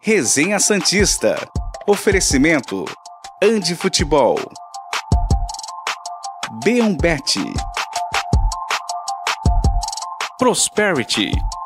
Resenha Santista. Oferecimento Andi Futebol. B1Bet. Prosperity.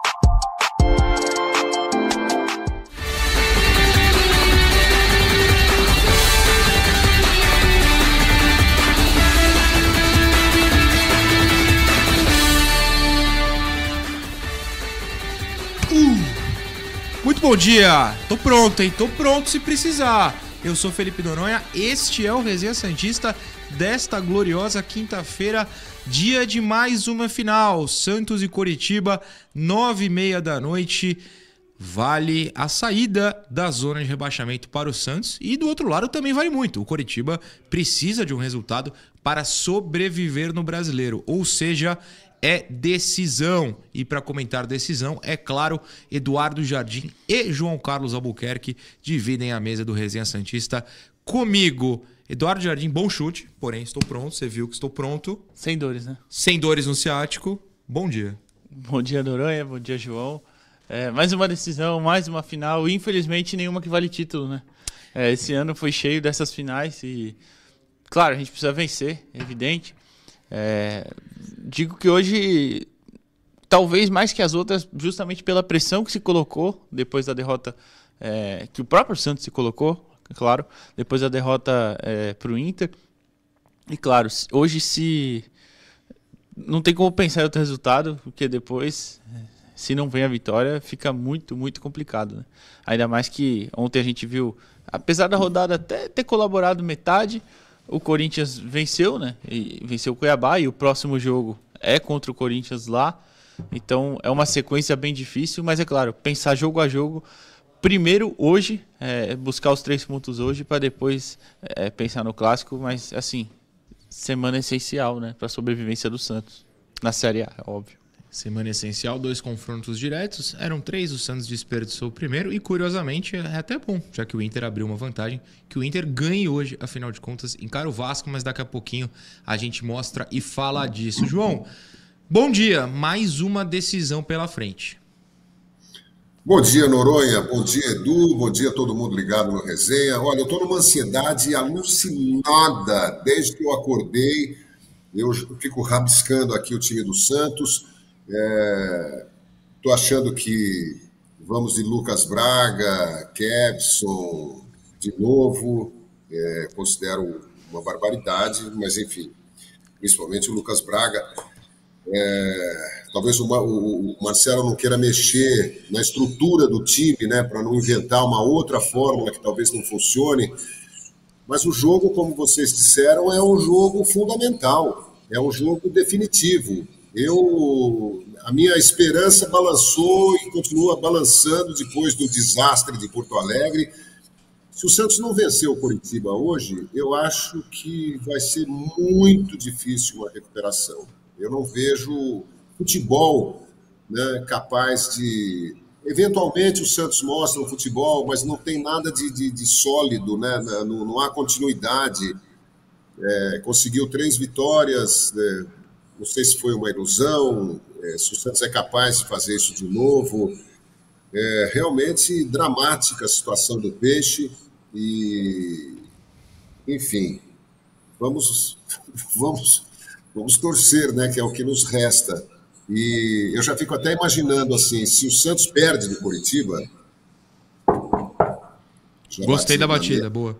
Muito bom dia, tô pronto, hein? Tô pronto se precisar. Eu sou Felipe Noronha, este é o Resenha Santista desta gloriosa quinta-feira, dia de mais uma final. Santos e Coritiba, 9h30 da noite, vale a saída da zona de rebaixamento para o Santos. E do outro lado também vale muito, o Coritiba precisa de um resultado para sobreviver no Brasileiro, ou seja, é decisão. E para comentar decisão, é claro, Eduardo Jardim e João Carlos Albuquerque dividem a mesa do Resenha Santista comigo. Eduardo Jardim, bom chute, porém estou pronto, você viu que estou pronto. Sem dores, né? Sem dores no ciático. Bom dia. Bom dia, Noronha, bom dia, João. Mais uma decisão, mais uma final, infelizmente nenhuma que vale título, né? Esse ano foi cheio dessas finais e, claro, a gente precisa vencer, é evidente. Digo que hoje, talvez mais que as outras, justamente pela pressão que se colocou depois da derrota, que o próprio Santos se colocou, claro, depois da derrota para o Inter. E claro, hoje não tem como pensar em outro resultado, porque depois, se não vem a vitória, fica muito, muito complicado, né? Ainda mais que ontem a gente viu, apesar da rodada até ter colaborado metade, o Corinthians venceu, né? E venceu o Cuiabá e o próximo jogo é contra o Corinthians lá. Então é uma sequência bem difícil, mas é claro, pensar jogo a jogo. Primeiro hoje, buscar os 3 pontos hoje para depois pensar no clássico, mas assim, semana essencial, né? Para a sobrevivência do Santos na Série A, óbvio. Semana essencial, 2 confrontos diretos, eram 3, o Santos desperdiçou o primeiro e curiosamente é até bom, já que o Inter abriu uma vantagem, que o Inter ganhe hoje, afinal de contas, encara o Vasco, mas daqui a pouquinho a gente mostra e fala disso. João, bom dia, mais uma decisão pela frente. Bom dia, Noronha, bom dia, Edu, bom dia a todo mundo ligado no Resenha. Olha, eu estou numa ansiedade alucinada, desde que eu acordei, eu fico rabiscando aqui o time do Santos. Estou achando que vamos de Lucas Braga, Kevson, de novo, considero uma barbaridade, mas enfim, principalmente o Lucas Braga. Talvez o Marcelo não queira mexer na estrutura do time, né, para não inventar uma outra fórmula que talvez não funcione, mas o jogo, como vocês disseram, é um jogo fundamental, é um jogo definitivo. A minha esperança balançou e continua balançando depois do desastre de Porto Alegre. Se o Santos não vencer o Coritiba hoje, eu acho que vai ser muito difícil uma recuperação. Eu não vejo futebol, né, capaz de... Eventualmente o Santos mostra um futebol, mas não tem nada de sólido, né? Não há continuidade. Conseguiu 3 vitórias... Não sei se foi uma ilusão, se o Santos é capaz de fazer isso de novo. É realmente dramática a situação do Peixe e, enfim, vamos torcer, né, que é o que nos resta. E eu já fico até imaginando, assim, se o Santos perde do Coritiba... Gostei da batida, boa.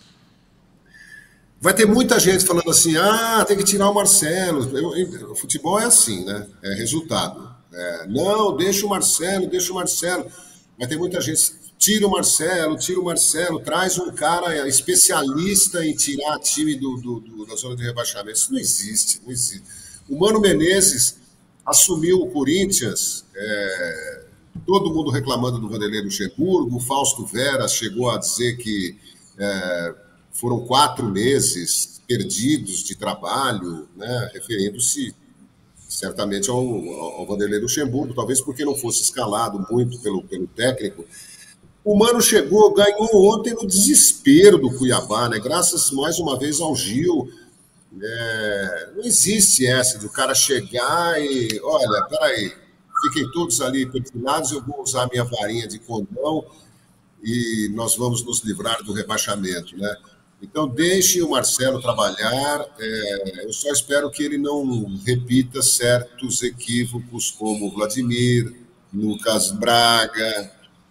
Vai ter muita gente falando assim, tem que tirar o Marcelo. O futebol é assim, né? É resultado. Não, deixa o Marcelo. Vai ter muita gente, tira o Marcelo, traz um cara especialista em tirar time da zona de rebaixamento. Isso não existe. O Mano Menezes assumiu o Corinthians, todo mundo reclamando do Vanderlei Luxemburgo, o Fausto Vera chegou a dizer que... foram 4 meses perdidos de trabalho, né, referindo-se certamente ao Vanderlei Luxemburgo, talvez porque não fosse escalado muito pelo técnico. O Mano chegou, ganhou ontem no desespero do Cuiabá, né, graças mais uma vez ao Gil. Não existe essa de o cara chegar e, olha, peraí, fiquem todos ali perfilados, eu vou usar a minha varinha de condão e nós vamos nos livrar do rebaixamento, né? Então, deixe o Marcelo trabalhar. Eu só espero que ele não repita certos equívocos como Vladimir, Lucas Braga,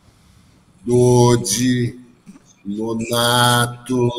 Dodi, Nonato,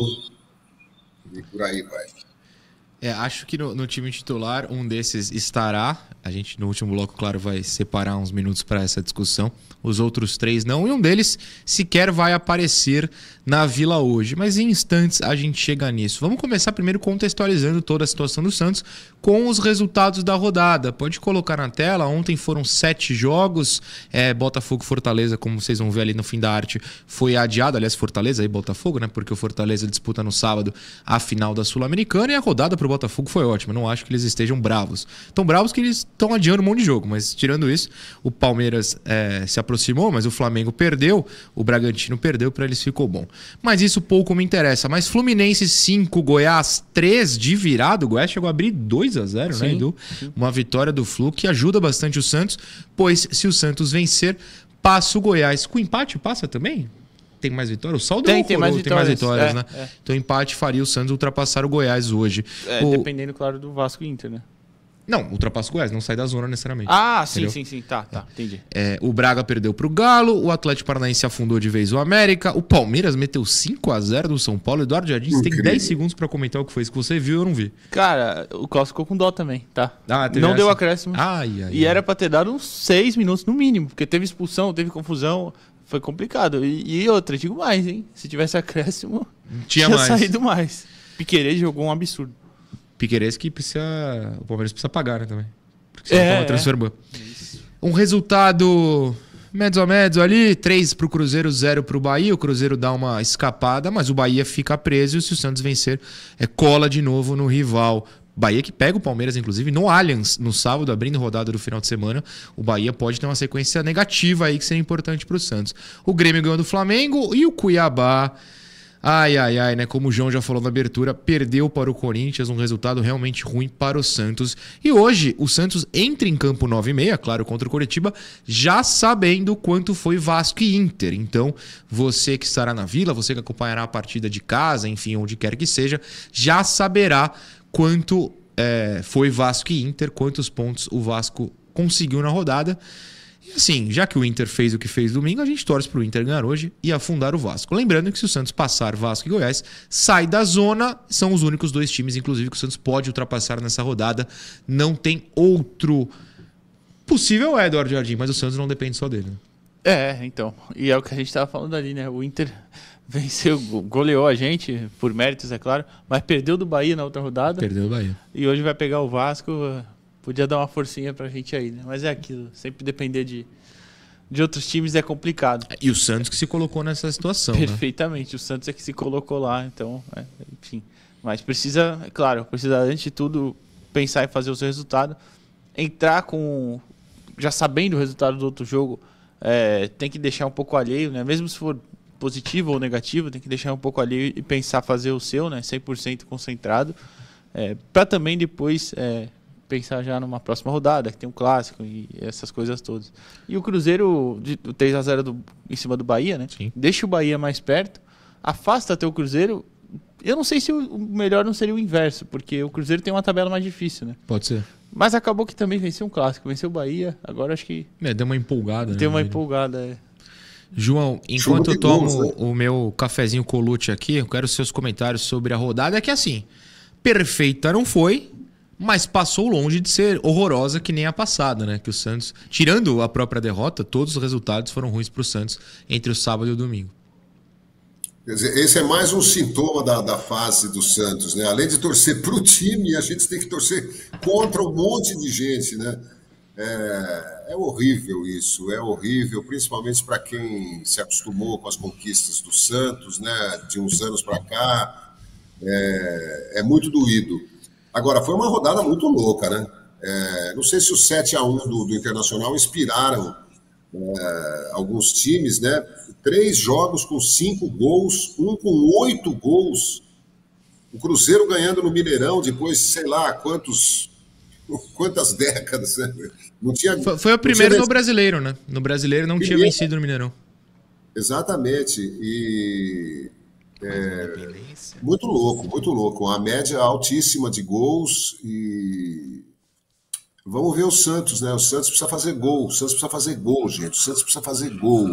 e por aí vai. Acho que no time titular um desses estará. A gente no último bloco, claro, vai separar uns minutos para essa discussão. Os outros 3 não. E um deles sequer vai aparecer na Vila hoje. Mas em instantes a gente chega nisso. Vamos começar primeiro contextualizando toda a situação do Santos com os resultados da rodada. Pode colocar na tela. Ontem foram 7 jogos. Botafogo e Fortaleza, como vocês vão ver ali no fim da arte, foi adiado. Aliás, Fortaleza e Botafogo, né? Porque o Fortaleza disputa no sábado a final da Sul-Americana. E a rodada pro Botafogo foi ótima. Não acho que eles estejam bravos. Tão bravos que eles estão adiando um monte de jogo. Mas tirando isso, o Palmeiras se aproximou, mas o Flamengo perdeu. O Bragantino perdeu, para eles ficou bom. Mas isso pouco me interessa. Mas Fluminense 5, Goiás 3 de virada. O Goiás chegou a abrir 2-0, né, Edu? Uma vitória do Flu que ajuda bastante o Santos, pois se o Santos vencer, passa o Goiás. Com empate passa também? Tem mais vitórias? O saldo tem mais vitórias, né? Então o empate faria o Santos ultrapassar o Goiás hoje. Dependendo, claro, do Vasco e Inter, né? Não, ultrapassa o Goiás, não sai da zona necessariamente. Sim. Tá, entendi. O Braga perdeu pro Galo, o Atlético Paranaense afundou de vez o América, o Palmeiras meteu 5-0 no São Paulo. Eduardo Jardim, você tem 10 segundos pra comentar o que foi isso que você viu, eu não vi. Cara, o Klaus ficou com dó também, tá? Não deu acréscimo. Era pra ter dado uns 6 minutos no mínimo, porque teve expulsão, teve confusão, foi complicado. E outra, digo mais, hein? Se tivesse acréscimo, tinha saído mais. Piquerez jogou um absurdo. Piquerez que o Palmeiras precisa pagar, né, também. Porque senão toma transfer ban. Um resultado medio ali, 3 pro Cruzeiro, 0 pro Bahia. O Cruzeiro dá uma escapada, mas o Bahia fica preso e se o Santos vencer, cola de novo no rival. Bahia que pega o Palmeiras, inclusive, no Allianz, no sábado, abrindo rodada do final de semana. O Bahia pode ter uma sequência negativa aí que seria importante pro Santos. O Grêmio ganhou do Flamengo e o Cuiabá... né? Como o João já falou na abertura, perdeu para o Corinthians, um resultado realmente ruim para o Santos. E hoje o Santos entra em campo 9h30, claro, contra o Coritiba, já sabendo quanto foi Vasco e Inter. Então, você que estará na Vila, você que acompanhará a partida de casa, enfim, onde quer que seja, já saberá quanto foi Vasco e Inter, quantos pontos o Vasco conseguiu na rodada. E assim, já que o Inter fez o que fez domingo, a gente torce para o Inter ganhar hoje e afundar o Vasco. Lembrando que se o Santos passar Vasco e Goiás, sai da zona, são os únicos 2 times, inclusive, que o Santos pode ultrapassar nessa rodada. Não tem outro possível, Eduardo Jardim, mas o Santos não depende só dele. Né? Então. E é o que a gente estava falando ali, né? O Inter venceu, goleou a gente, por méritos, é claro, mas perdeu do Bahia na outra rodada. Perdeu do Bahia. E hoje vai pegar o Vasco... Podia dar uma forcinha pra gente aí, né? Mas é aquilo, sempre depender de outros times é complicado. E o Santos que se colocou nessa situação, Perfeitamente, né? O Santos é que se colocou lá, então, enfim. Mas precisa, claro, antes de tudo pensar em fazer o seu resultado. Entrar já sabendo o resultado do outro jogo, tem que deixar um pouco alheio, né? Mesmo se for positivo ou negativo, tem que deixar um pouco alheio e pensar fazer o seu, né? 100% concentrado. Pra também depois... pensar já numa próxima rodada, que tem um clássico e essas coisas todas. E o Cruzeiro, o 3-0 em cima do Bahia, né? Sim. Deixa o Bahia mais perto, afasta até o Cruzeiro. Eu não sei se o melhor não seria o inverso, porque o Cruzeiro tem uma tabela mais difícil, né? Pode ser. Mas acabou que também venceu um clássico, venceu o Bahia, agora acho que... Deu uma empolgada. Deu uma empolgada, João, enquanto eu tomo o meu cafezinho Colute aqui, eu quero seus comentários sobre a rodada, que assim, perfeita não foi... Mas passou longe de ser horrorosa que nem a passada, né? Que o Santos, tirando a própria derrota, todos os resultados foram ruins para o Santos entre o sábado e o domingo. Quer dizer, esse é mais um sintoma da fase do Santos, né? Além de torcer para o time, a gente tem que torcer contra um monte de gente, né? É horrível isso, é horrível, principalmente para quem se acostumou com as conquistas do Santos, né? De uns anos para cá, é muito doído. Agora, foi uma rodada muito louca, né? Não sei se os 7-1 do Internacional inspiraram alguns times, né? 3 jogos com 5 gols, um com 8 gols. O Cruzeiro ganhando no Mineirão depois, sei lá, quantas décadas, né? Não tinha, foi o primeiro no Brasileiro, né? No Brasileiro não tinha vencido no Mineirão. Exatamente. E muito louco, muito louco. Uma média altíssima de gols e vamos ver o Santos, né? O Santos precisa fazer gol. O Santos precisa fazer gol, gente. O Santos precisa fazer gol.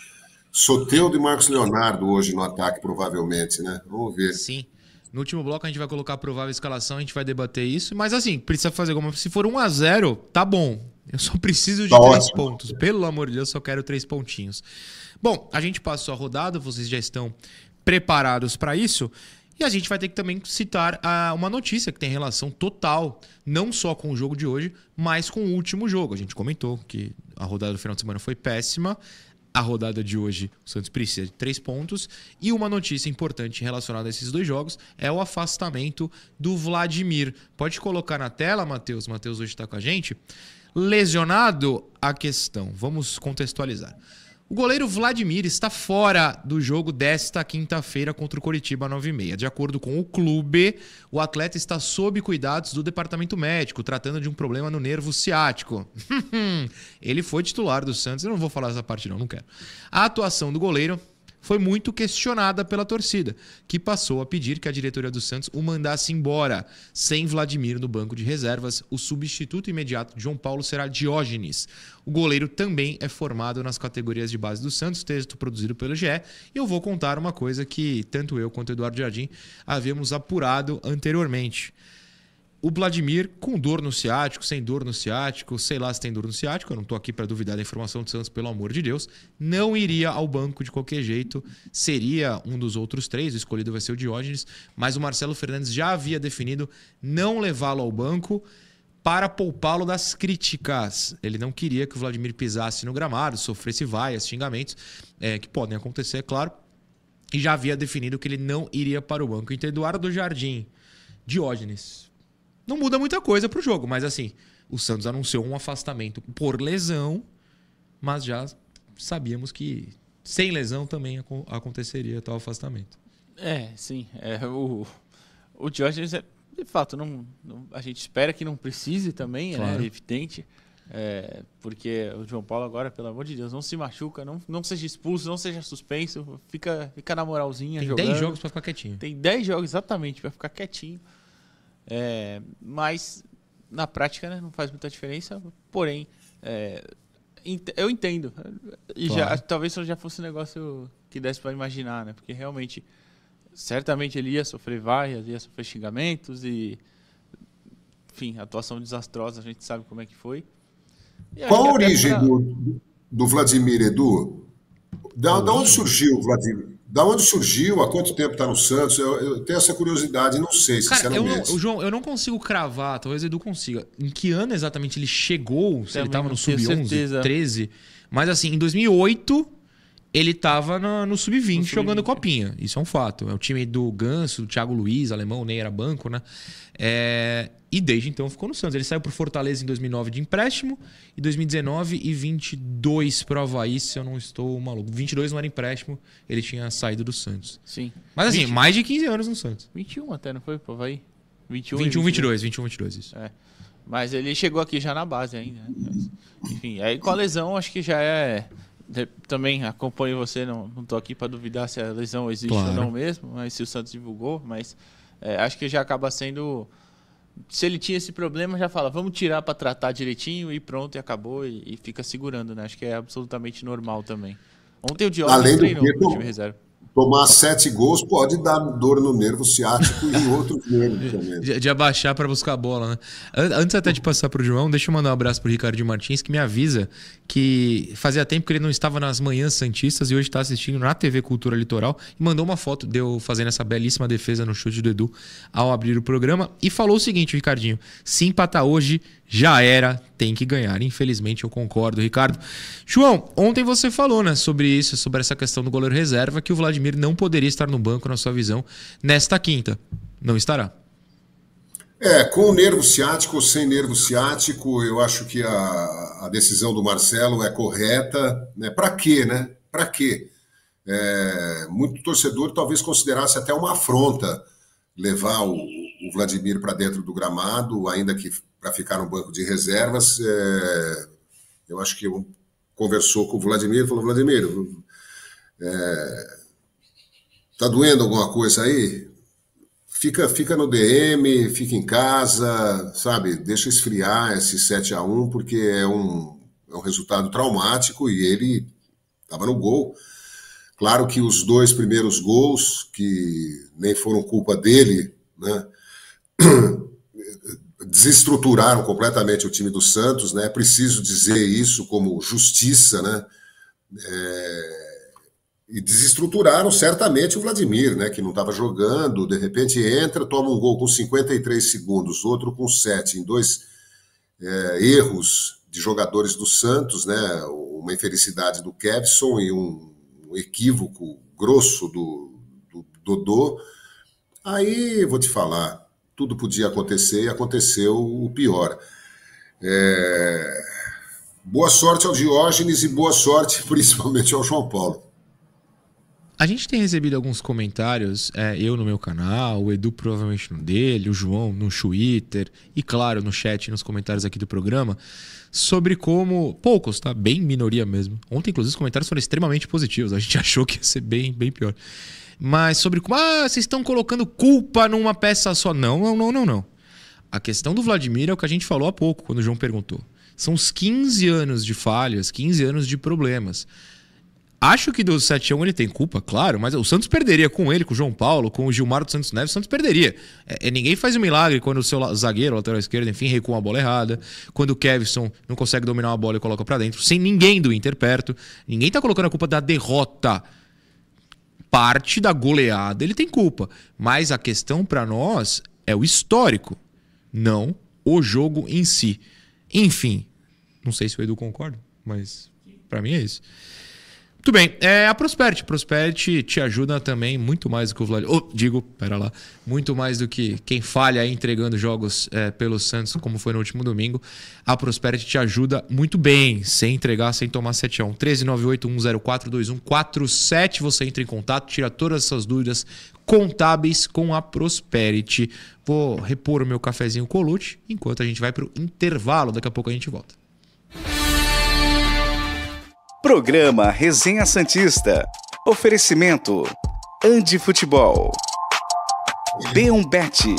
Soteldo e Marcos Leonardo hoje no ataque, provavelmente, né? Vamos ver. Sim. No último bloco a gente vai colocar a provável escalação, a gente vai debater isso. Mas assim, precisa fazer gol. Se for 1-0, tá bom. Eu só preciso de 3 pontos. Pelo amor de Deus, só quero 3 pontinhos. Bom, a gente passou a rodada, vocês já estão preparados para isso. E a gente vai ter que também citar uma notícia que tem relação total, não só com o jogo de hoje, mas com o último jogo. A gente comentou que a rodada do final de semana foi péssima. A rodada de hoje, o Santos precisa de 3 pontos. E uma notícia importante relacionada a esses 2 jogos é o afastamento do Vladimir. Pode colocar na tela, Matheus. Matheus hoje está com a gente. Lesionado, a questão. Vamos contextualizar. O goleiro Vladimir está fora do jogo desta quinta-feira contra o Coritiba 9h30. De acordo com o clube, o atleta está sob cuidados do departamento médico, tratando de um problema no nervo ciático. Ele foi titular do Santos, eu não vou falar essa parte não quero. A atuação do goleiro foi muito questionada pela torcida, que passou a pedir que a diretoria do Santos o mandasse embora. Sem Vladimir no banco de reservas, o substituto imediato de João Paulo será Diógenes. O goleiro também é formado nas categorias de base do Santos, texto produzido pelo GE. E eu vou contar uma coisa que tanto eu quanto o Eduardo Jardim havíamos apurado anteriormente. O Vladimir com dor no ciático, sem dor no ciático, sei lá se tem dor no ciático, eu não estou aqui para duvidar da informação do Santos, pelo amor de Deus, não iria ao banco de qualquer jeito, seria um dos outros 3, o escolhido vai ser o Diógenes, mas o Marcelo Fernandes já havia definido não levá-lo ao banco para poupá-lo das críticas. Ele não queria que o Vladimir pisasse no gramado, sofresse vaias, xingamentos, que podem acontecer, é claro, e já havia definido que ele não iria para o banco. Então, Eduardo Jardim, Diógenes. Não muda muita coisa pro jogo, mas assim, o Santos anunciou um afastamento por lesão, mas já sabíamos que sem lesão também aconteceria tal afastamento. Sim. O Diógenes, de fato, a gente espera que não precise também, claro. É evidente. Porque o João Paulo agora, pelo amor de Deus, não se machuca, não seja expulso, não seja suspenso, fica na moralzinha jogando. Tem 10 jogos para ficar quietinho. Tem 10 jogos, exatamente, para ficar quietinho. Mas na prática, né, não faz muita diferença, porém eu entendo e claro. Talvez já fosse um negócio que desse para imaginar, né, porque realmente certamente ele ia sofrer vaias, ia sofrer xingamentos e enfim, atuação desastrosa, a gente sabe como é que foi. Qual a origem do Vladimir, Edu? Da onde surgiu o Vladimir? Da onde surgiu? Há quanto tempo está no Santos? Eu tenho essa curiosidade, não sei, sinceramente. João, eu não consigo cravar, talvez o Edu consiga. Em que ano exatamente ele chegou? Se ele estava no Sub-11, 13? Mas assim, em 2008, ele estava no Sub-20 jogando Copinha. Isso é um fato. É o time do Ganso, do Thiago Luiz, alemão, nem era banco, né? E desde então ficou no Santos. Ele saiu pro Fortaleza em 2009 de empréstimo, e 2019 e 22 pro Avaí, se eu não estou maluco. 22 não era empréstimo, ele tinha saído do Santos. Sim. Mas assim, mais de 15 anos no Santos. 21 até, não foi pro Avaí? 21, 22, isso. Mas ele chegou aqui já na base ainda. Mas, enfim, aí com a lesão acho que já também acompanho você, não tô aqui para duvidar se a lesão existe ou não mesmo, mas se o Santos divulgou, mas acho que já acaba sendo... Se ele tinha esse problema, já fala, vamos tirar para tratar direitinho e pronto, e acabou, e fica segurando, né? Acho que é absolutamente normal também. Ontem o Diógenes treinou no time reserva. Tomar 7 gols pode dar dor no nervo ciático e outros nervos também. De abaixar para buscar a bola, né? Antes até de passar para o João, deixa eu mandar um abraço para o Ricardinho Martins, que me avisa que fazia tempo que ele não estava nas manhãs santistas e hoje está assistindo na TV Cultura Litoral e mandou uma foto de eu fazendo essa belíssima defesa no chute do Edu ao abrir o programa e falou o seguinte, Ricardinho, se empatar hoje, já era, tem que ganhar. Infelizmente eu concordo, Ricardo. João, ontem você falou, né, sobre isso, sobre essa questão do goleiro reserva, que o Vladimir não poderia estar no banco, na sua visão, nesta quinta. Não estará. Com o nervo ciático ou sem nervo ciático, eu acho que a decisão do Marcelo é correta. Né? Para quê, né? Para quê? Muito torcedor talvez considerasse até uma afronta levar o Vladimir para dentro do gramado, ainda que para ficar no banco de reservas. Eu acho que conversou com o Vladimir e falou, Vladimir, Tá doendo alguma coisa aí? Fica no DM, fica em casa, sabe? Deixa esfriar esse 7-1, porque é um resultado traumático e ele estava no gol. Claro que os 2 primeiros gols, que nem foram culpa dele, né? Desestruturaram completamente o time do Santos, né? Preciso dizer isso como justiça, né? E desestruturaram certamente o Vladimir, né? Que não estava jogando, de repente entra, toma um gol com 53 segundos, outro com 7, em 2 erros de jogadores do Santos, né? Uma infelicidade do Kevson e um equívoco grosso do Dodô. Aí, vou te falar, tudo podia acontecer e aconteceu o pior. Boa sorte ao Diógenes e boa sorte principalmente ao João Paulo. A gente tem recebido alguns comentários, eu no meu canal, o Edu provavelmente no dele, o João no Twitter e, claro, no chat, nos comentários aqui do programa, sobre como... Poucos, tá? Bem minoria mesmo. Ontem, inclusive, os comentários foram extremamente positivos. A gente achou que ia ser bem pior. Mas sobre como... vocês estão colocando culpa numa peça só. Não. A questão do Vladimir é o que a gente falou há pouco, quando o João perguntou. São os 15 anos de falhas, 15 anos de problemas. Acho que do 7-1 ele tem culpa, claro, mas o Santos perderia com ele, com o João Paulo, com o Gilmar dos Santos Neves, o Santos perderia. Ninguém faz um milagre quando o seu zagueiro, lateral esquerdo, enfim, recua uma bola errada, quando o Kevson não consegue dominar uma bola e coloca pra dentro, sem ninguém do Inter perto. Ninguém tá colocando a culpa da derrota. Parte da goleada ele tem culpa, mas a questão pra nós é o histórico, não o jogo em si. Enfim, não sei se o Edu concorda, mas pra mim é isso. Muito bem, a Prosperity. Prosperity te ajuda também muito mais do que o Vladimir. Muito mais do que quem falha aí entregando jogos pelo Santos, como foi no último domingo. A Prosperity te ajuda muito bem, sem entregar, sem tomar 7-1. 13981042147. Você entra em contato, tira todas essas dúvidas contábeis com a Prosperity. Vou repor o meu cafezinho Colucci enquanto a gente vai para o intervalo. Daqui a pouco a gente volta. Programa Resenha Santista. Oferecimento Andi Futebol. B1Bet.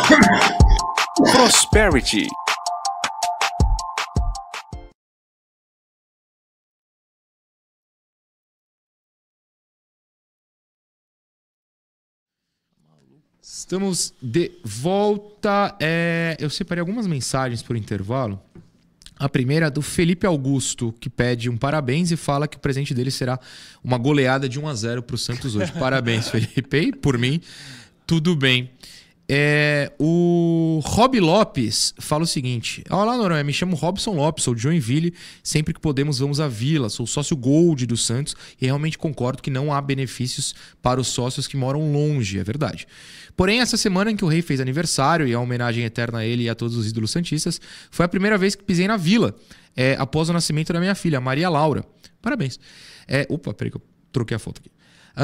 Prosperity. Estamos de volta. Eu separei algumas mensagens por intervalo. A primeira é do Felipe Augusto, que pede um parabéns e fala que o presente dele será uma goleada de 1-0 para o Santos hoje. Parabéns, Felipe. E por mim, tudo bem. O Rob Lopes fala o seguinte: olá, Noronha, me chamo Robson Lopes, sou de Joinville, sempre que podemos vamos à Vila, sou sócio Gold do Santos e realmente concordo que não há benefícios para os sócios que moram longe, é verdade. Porém, essa semana em que o Rei fez aniversário e a homenagem eterna a ele e a todos os ídolos santistas, foi a primeira vez que pisei na Vila, após o nascimento da minha filha, Maria Laura. Parabéns. Peraí que eu troquei a foto aqui.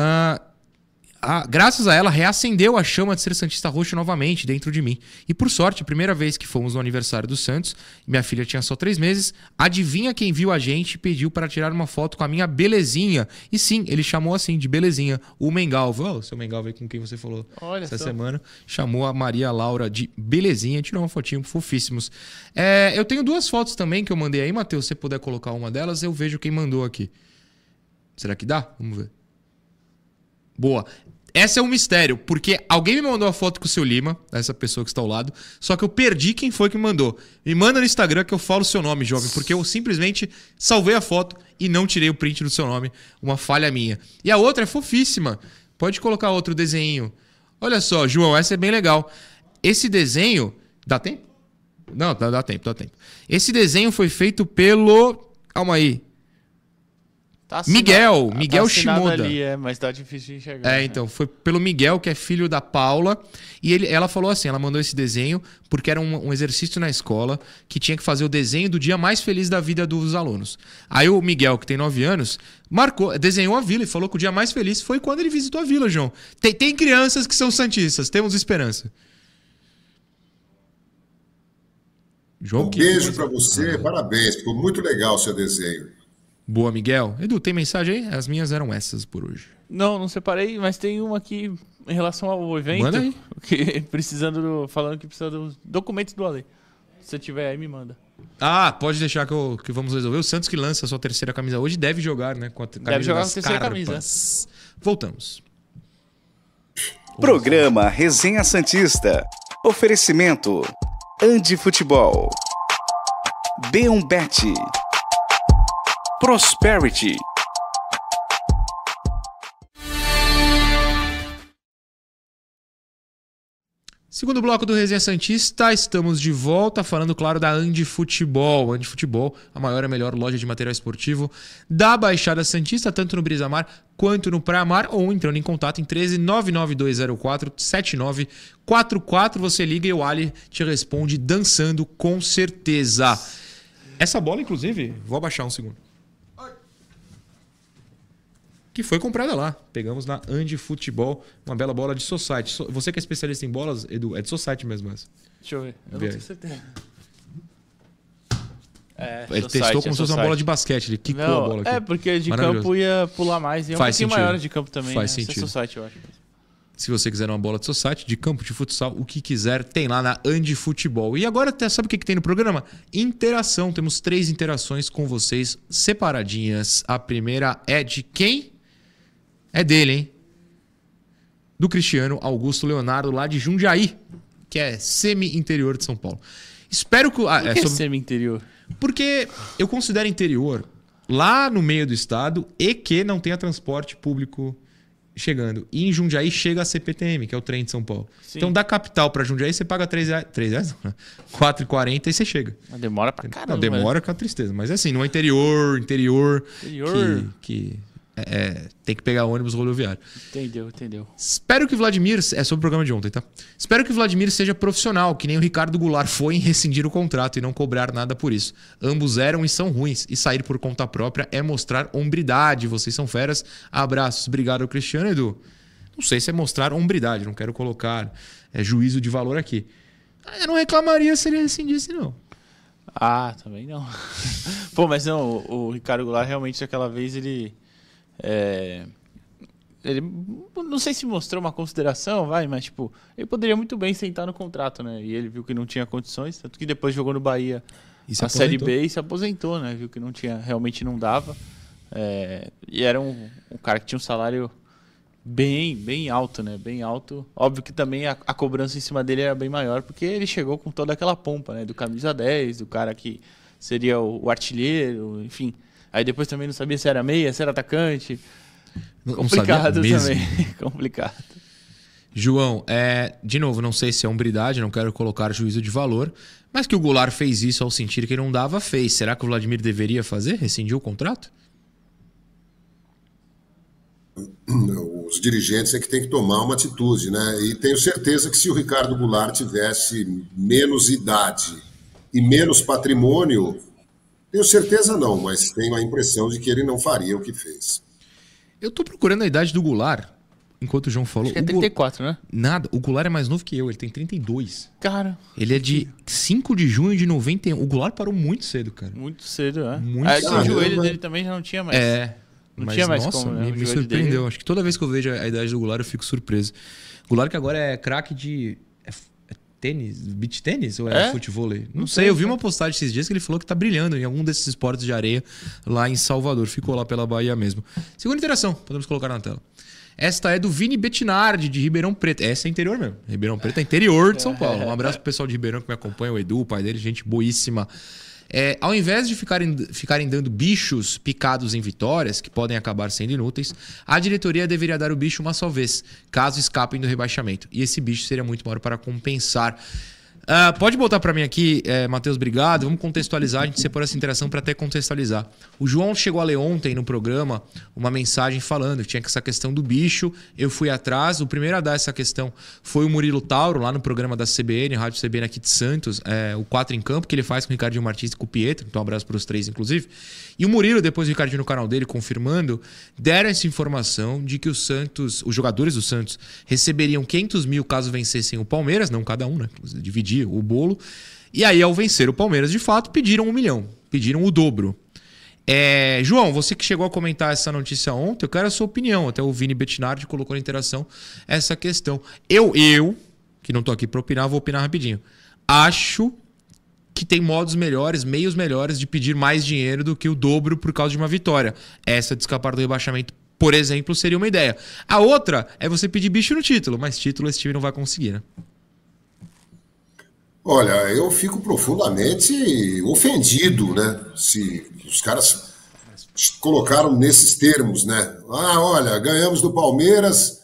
Graças a ela, reacendeu a chama de ser Santista Roxo novamente dentro de mim. E por sorte, a primeira vez que fomos no aniversário do Santos, minha filha tinha só 3 meses, adivinha quem viu a gente e pediu para tirar uma foto com a minha belezinha. E sim, ele chamou assim, de belezinha, o Mengalvo. O seu Mengalvo aí com quem você falou essa semana. Chamou a Maria Laura de belezinha, tirou uma fotinho, fofíssimos. Eu tenho 2 fotos também que eu mandei aí, Matheus. Se você puder colocar uma delas, eu vejo quem mandou aqui. Será que dá? Vamos ver. Boa. Essa é um mistério, porque alguém me mandou a foto com o seu Lima, essa pessoa que está ao lado, só que eu perdi quem foi que mandou. Me manda no Instagram que eu falo o seu nome, jovem, porque eu simplesmente salvei a foto e não tirei o print do seu nome. Uma falha minha. E a outra é fofíssima. Pode colocar outro desenho. Olha só, João, essa é bem legal. Esse desenho... Dá tempo? Não, dá tempo. Esse desenho foi feito pelo... Calma aí. Tá Miguel Shimoda. Ali, mas tá difícil de enxergar. Então, foi pelo Miguel, que é filho da Paula. E ela falou assim, ela mandou esse desenho porque era um exercício na escola que tinha que fazer o desenho do dia mais feliz da vida dos alunos. Aí o Miguel, que tem 9 anos, desenhou a vila e falou que o dia mais feliz foi quando ele visitou a vila, João. Tem crianças que são santistas, temos esperança. João, beijo para você, parabéns, ficou muito legal o seu desenho. Boa, Miguel. Edu, tem mensagem aí? As minhas eram essas por hoje. Não separei, mas tem uma aqui em relação ao evento. Manda aí. Falando que precisa dos documentos do Ale. Se você tiver aí, me manda. Pode deixar que vamos resolver. O Santos que lança a sua terceira camisa hoje deve jogar, né? Com a camisa deve jogar das com a terceira Carpas. Voltamos. Programa Resenha Santista. Oferecimento Andi Futebol, B1Bet, Prosperity. Segundo bloco do Resenha Santista, estamos de volta falando, claro, da Andi Futebol. Andi Futebol, a maior e melhor loja de material esportivo da Baixada Santista, tanto no Brisa Mar quanto no Praia Mar, ou entrando em contato em 13 99204 7944. Você liga e o Ali te responde dançando com certeza. Essa bola, inclusive, vou abaixar um segundo. Que foi comprada lá. Pegamos na Andi Futebol, uma bela bola de society. Você que é especialista em bolas, Edu, é de society mesmo essa. Deixa eu ver. Eu não tenho certeza. Ele testou como se fosse uma bola de basquete. Ele quicou a bola aqui. Porque de campo ia pular mais. E é um pouquinho maior de campo também. Faz sentido. Society, eu acho. Se você quiser uma bola de society, de campo, de futsal, o que quiser, tem lá na Andi Futebol. E agora, sabe o que tem no programa? Interação. Temos 3 interações com vocês separadinhas. A primeira é de quem? É dele, hein? Do Cristiano Augusto Leonardo, lá de Jundiaí, que é semi-interior de São Paulo. Espero que... Por que semi-interior? Porque eu considero interior lá no meio do estado e que não tenha transporte público chegando. E em Jundiaí chega a CPTM, que é o trem de São Paulo. Sim. Então, da capital para Jundiaí, você paga R$3, R$4,40 e você chega. Mas demora pra caramba. Não, demora com a tristeza. Mas assim, no interior que tem que pegar ônibus rodoviário. Entendeu. Espero que Vladimir... É sobre o programa de ontem, tá? Espero que Vladimir seja profissional, que nem o Ricardo Goulart foi em rescindir o contrato e não cobrar nada por isso. Ambos eram e são ruins. E sair por conta própria é mostrar hombridade. Vocês são feras. Abraços. Obrigado, Cristiano. Edu, não sei se é mostrar hombridade. Não quero colocar juízo de valor aqui. Eu não reclamaria se ele rescindisse, não. Também não. Pô, mas não, o Ricardo Goulart realmente aquela vez ele não sei se mostrou uma consideração, mas tipo, ele poderia muito bem sentar no contrato, né? E ele viu que não tinha condições, tanto que depois jogou no Bahia a Série B e se aposentou, né? Viu que não tinha, realmente não dava. E era um cara que tinha um salário bem alto, né? Bem alto. Óbvio que também a cobrança em cima dele era bem maior, porque ele chegou com toda aquela pompa, né? Do camisa 10, do cara que seria o artilheiro, enfim. Aí depois também não sabia se era meia, se era atacante. Complicado também. Complicado. João, de novo, não sei se é hombridade, não quero colocar juízo de valor, mas que o Goulart fez isso ao sentir que não dava, fez. Será que o Vladimir deveria fazer? Rescindir o contrato? Os dirigentes é que tem que tomar uma atitude, né? E tenho certeza que se o Ricardo Goulart tivesse menos idade e menos patrimônio... Tenho certeza não, mas tenho a impressão de que ele não faria o que fez. Eu tô procurando a idade do Goulart, enquanto o João falou. Acho que é 34, né? Nada, o Goulart é mais novo que eu, ele tem 32. Cara. Ele é de 5 de junho de 91. O Goulart parou muito cedo, cara. Muito cedo, Muito cedo. O joelho dele também já não tinha mais. Não tinha mais como, né? Me surpreendeu. Dele. Acho que toda vez que eu vejo a idade do Goulart eu fico surpreso. O Goulart que agora é craque de... tênis, beach tênis ou futevôlei? Não sei, eu vi uma postagem esses dias que ele falou que tá brilhando em algum desses esportes de areia lá em Salvador. Ficou lá pela Bahia mesmo. Segunda interação, podemos colocar na tela. Esta é do Vini Bettinardi, de Ribeirão Preto. Essa é interior mesmo. Ribeirão Preto é interior de São Paulo. Um abraço pro pessoal de Ribeirão que me acompanha, o Edu, o pai dele, gente boíssima. Ao invés de ficarem dando bichos picados em vitórias, que podem acabar sendo inúteis, a diretoria deveria dar o bicho uma só vez, caso escapem do rebaixamento. E esse bicho seria muito maior para compensar. Pode botar para mim aqui, Matheus, obrigado. Vamos contextualizar, a gente separa essa interação para até contextualizar. O João chegou a ler ontem no programa uma mensagem falando que tinha essa questão do bicho. Eu fui atrás. O primeiro a dar essa questão foi o Murilo Tauro, lá no programa da CBN, Rádio CBN aqui de Santos, o 4 em Campo, que ele faz com o Ricardinho Martins e com o Pietro. Então, um abraço para os 3, inclusive. E o Murilo, depois o Ricardinho no canal dele, confirmando, deram essa informação de que o Santos, os jogadores do Santos, receberiam 500 mil caso vencessem o Palmeiras, não cada um, né? Dividir o bolo. E aí, ao vencer o Palmeiras, de fato, pediram 1 milhão. Pediram o dobro. João, você que chegou a comentar essa notícia ontem, eu quero a sua opinião. Até o Vini Bettinardi colocou na interação essa questão. Eu que não tô aqui para opinar, vou opinar rapidinho. Acho que tem modos melhores, meios melhores de pedir mais dinheiro do que o dobro por causa de uma vitória. Essa de escapar do rebaixamento, por exemplo, seria uma ideia. A outra é você pedir bicho no título, mas título esse time não vai conseguir, né? Olha, eu fico profundamente ofendido, né? Se os caras colocaram nesses termos, né? Olha, ganhamos do Palmeiras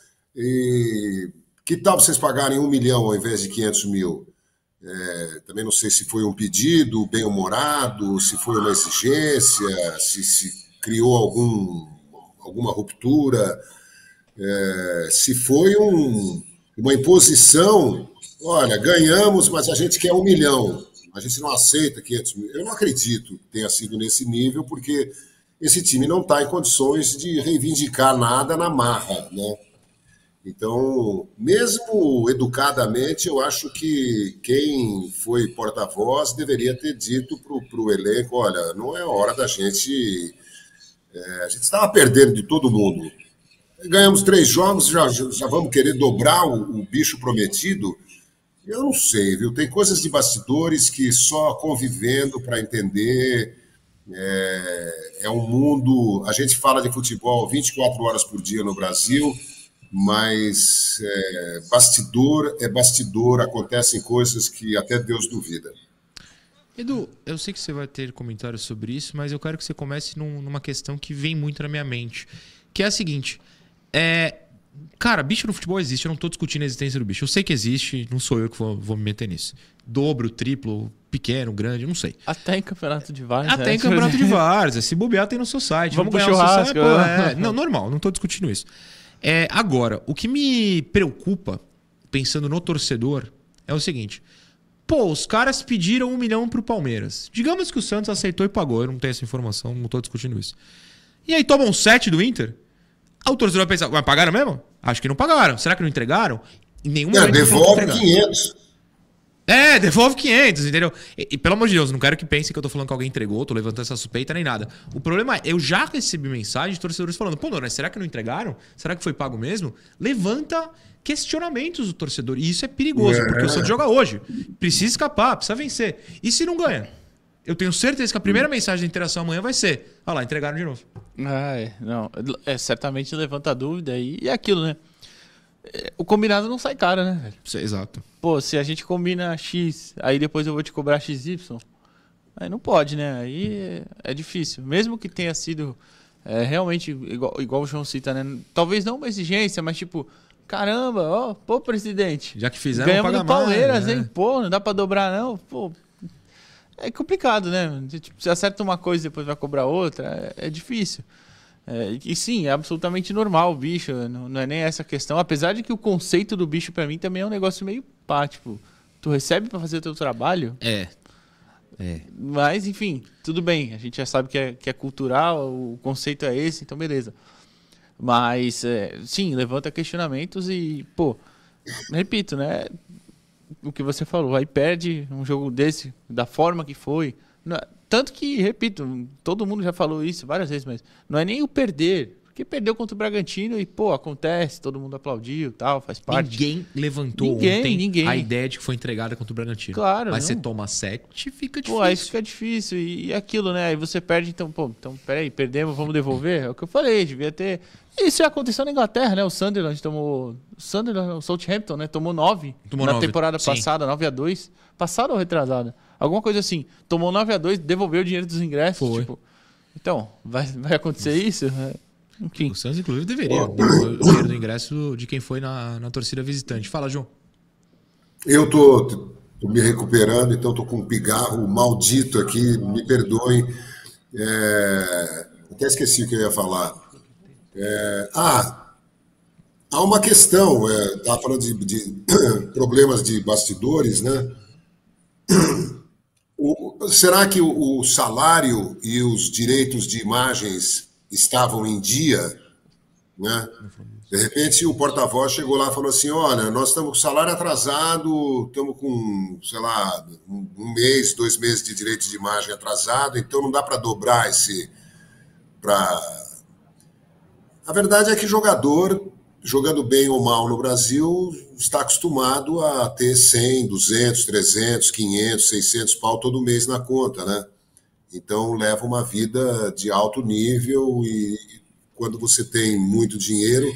e que tal vocês pagarem 1 milhão ao invés de 500 mil? Também não sei se foi um pedido bem-humorado, se foi uma exigência, se criou alguma ruptura, se foi uma imposição. Olha, ganhamos, mas a gente quer 1 milhão. A gente não aceita 500 mil. Eu não acredito que tenha sido nesse nível, porque esse time não está em condições de reivindicar nada na marra, né? Então, mesmo educadamente, eu acho que quem foi porta-voz deveria ter dito para o elenco, olha, não é hora da gente... a gente estava perdendo de todo mundo. Ganhamos 3 jogos, já vamos querer dobrar o bicho prometido? Eu não sei, viu? Tem coisas de bastidores que só convivendo para entender. É um mundo... A gente fala de futebol 24 horas por dia no Brasil, mas bastidor é bastidor, acontecem coisas que até Deus duvida. Edu, eu sei que você vai ter comentários sobre isso, mas eu quero que você comece numa questão que vem muito na minha mente, que é a seguinte... Cara, bicho no futebol existe, eu não tô discutindo a existência do bicho. Eu sei que existe, não sou eu que vou me meter nisso. Dobro, triplo, pequeno, grande, não sei. Até em campeonato de várzea. Até em campeonato de várzea. Se bobear, tem no seu site. Vamos pro ganhar churrasco. O seu site. Não, normal, não tô discutindo isso. Agora, o que me preocupa, pensando no torcedor, é o seguinte. Pô, os caras pediram 1 milhão pro Palmeiras. Digamos que o Santos aceitou e pagou. Eu não tenho essa informação, não tô discutindo isso. E aí tomam 7 do Inter? O torcedor vai pensar, mas pagaram mesmo? Acho que não pagaram. Será que não entregaram? Em nenhum momento devolve 500. Devolve 500, entendeu? E pelo amor de Deus, não quero que pensem que eu tô falando que alguém entregou, tô levantando essa suspeita nem nada. O problema é, eu já recebi mensagem de torcedores falando, pô, Dona, será que não entregaram? Será que foi pago mesmo? Levanta questionamentos do torcedor. E isso é perigoso, porque o Santos joga hoje. Precisa escapar, precisa vencer. E se não ganha? Eu tenho certeza que a primeira mensagem de interação amanhã vai ser, olha lá, entregaram de novo. Não, certamente levanta dúvida e é aquilo, né? O combinado não sai caro, né, velho? Exato. Pô, se a gente combina X, aí depois eu vou te cobrar XY, aí não pode, né? Aí é difícil. Mesmo que tenha sido realmente, igual o João cita, né? Talvez não uma exigência, mas tipo, caramba, pô, presidente. Já que fizeram, ganhamos do Palmeiras, mais, né? hein? Pô, não dá pra dobrar, não? Pô, é complicado, né? Tipo, você acerta uma coisa e depois vai cobrar outra, é difícil. E sim, é absolutamente normal o bicho, não é nem essa questão. Apesar de que o conceito do bicho pra mim também é um negócio meio pá, tipo, tu recebe pra fazer o teu trabalho? Mas, enfim, tudo bem, a gente já sabe que é cultural, o conceito é esse, então beleza. Mas, sim, levanta questionamentos e, pô, repito, né? O que você falou, aí perde um jogo desse, da forma que foi. Tanto que, repito, todo mundo já falou isso várias vezes, mas não é nem o perder. Porque perdeu contra o Bragantino e, pô, acontece, todo mundo aplaudiu, tal, faz parte. Ninguém levantou ontem a ideia de que foi entregada contra o Bragantino. Claro, mas não. você toma 7, fica difícil. Pô, aí fica difícil. E aquilo, né? Aí você perde, então, peraí, perdemos, vamos devolver? É o que eu falei, devia ter... Isso já aconteceu na Inglaterra, né? O Sunderland tomou... O Southampton, né? Tomou 9 na temporada passada, 9-2. Passada ou retrasada? Alguma coisa assim. Tomou 9-2, devolveu o dinheiro dos ingressos. Foi. Tipo, então, vai acontecer isso? Enfim. O Santos, inclusive, deveria devolver o dinheiro do ingresso de quem foi na torcida visitante. Fala, João. Eu tô me recuperando, então tô com um pigarro maldito aqui, me perdoem. Até esqueci o que eu ia falar. Há uma questão, estava falando de problemas de bastidores, né? Será que o salário e os direitos de imagens estavam em dia? Né? De repente o porta-voz chegou lá e falou assim, olha, nós estamos com salário atrasado, estamos com, sei lá, 1 mês, 2 meses de direitos de imagem atrasado, então não dá para dobrar A verdade é que jogador, jogando bem ou mal no Brasil, está acostumado a ter 100, 200, 300, 500, 600 pau todo mês na conta, né? Então leva uma vida de alto nível e quando você tem muito dinheiro,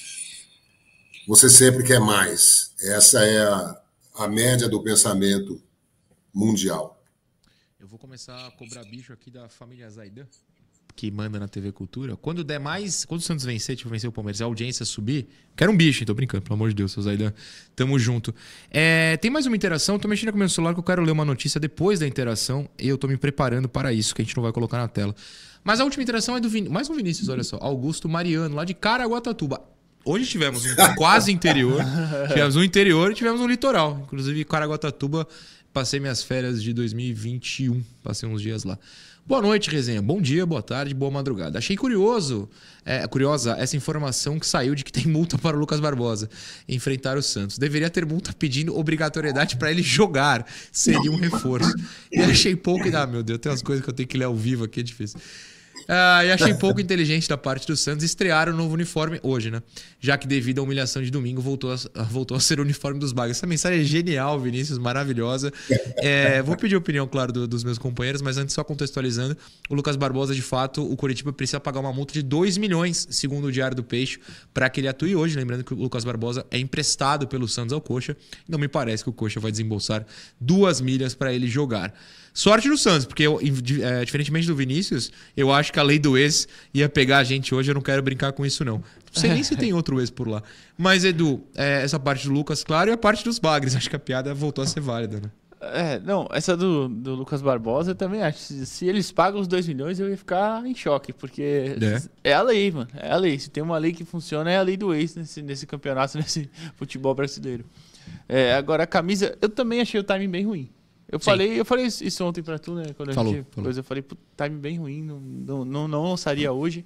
você sempre quer mais. Essa é a média do pensamento mundial. Eu vou começar a cobrar bicho aqui da família Zaidan, que manda na TV Cultura. Quando der mais, quando o Santos vencer, tipo, vencer o Palmeiras, a audiência subir, quero um bicho, hein? Tô brincando, pelo amor de Deus, seu Zaidan. Tamo junto. Tem mais uma interação, tô mexendo com o meu celular que eu quero ler uma notícia depois da interação e eu tô me preparando para isso, que a gente não vai colocar na tela. Mas a última interação é do mais um Vinícius, olha só, Augusto Mariano, lá de Caraguatatuba. Hoje tivemos um quase interior, tivemos um interior e tivemos um litoral. Inclusive, Caraguatatuba, passei minhas férias de 2021, passei uns dias lá. Boa noite, resenha. Bom dia, boa tarde, boa madrugada. Achei curiosa essa informação que saiu de que tem multa para o Lucas Barbosa enfrentar o Santos. Deveria ter multa pedindo obrigatoriedade para ele jogar. Seria um reforço. E achei pouco... meu Deus, tem umas coisas que eu tenho que ler ao vivo aqui, é difícil. E achei pouco inteligente da parte do Santos estrear o novo uniforme hoje, né? Já que devido à humilhação de domingo voltou a ser o uniforme dos Bagres. Essa mensagem é genial, Vinícius, maravilhosa. Vou pedir a opinião, claro, dos meus companheiros, mas antes só contextualizando, o Lucas Barbosa, de fato, o Coritiba precisa pagar uma multa de 2 milhões, segundo o Diário do Peixe, para que ele atue hoje. Lembrando que o Lucas Barbosa é emprestado pelo Santos ao Coxa. Não me parece que o Coxa vai desembolsar 2 milhas para ele jogar. Sorte do Santos, porque diferentemente do Vinícius, eu acho que a lei do ex ia pegar a gente hoje, eu não quero brincar com isso não. Não sei nem se tem outro ex por lá. Mas, Edu, essa parte do Lucas, claro, e a parte dos Bagres. Acho que a piada voltou a ser válida, né? Não, essa do Lucas Barbosa eu também acho. Se eles pagam os 2 milhões, eu ia ficar em choque, porque é a lei, mano. É a lei. Se tem uma lei que funciona, é a lei do ex nesse campeonato, nesse futebol brasileiro. Agora, a camisa, eu também achei o timing bem ruim. Eu falei isso ontem pra tu, né? Quando falou. Eu falei, time bem ruim, não lançaria hoje.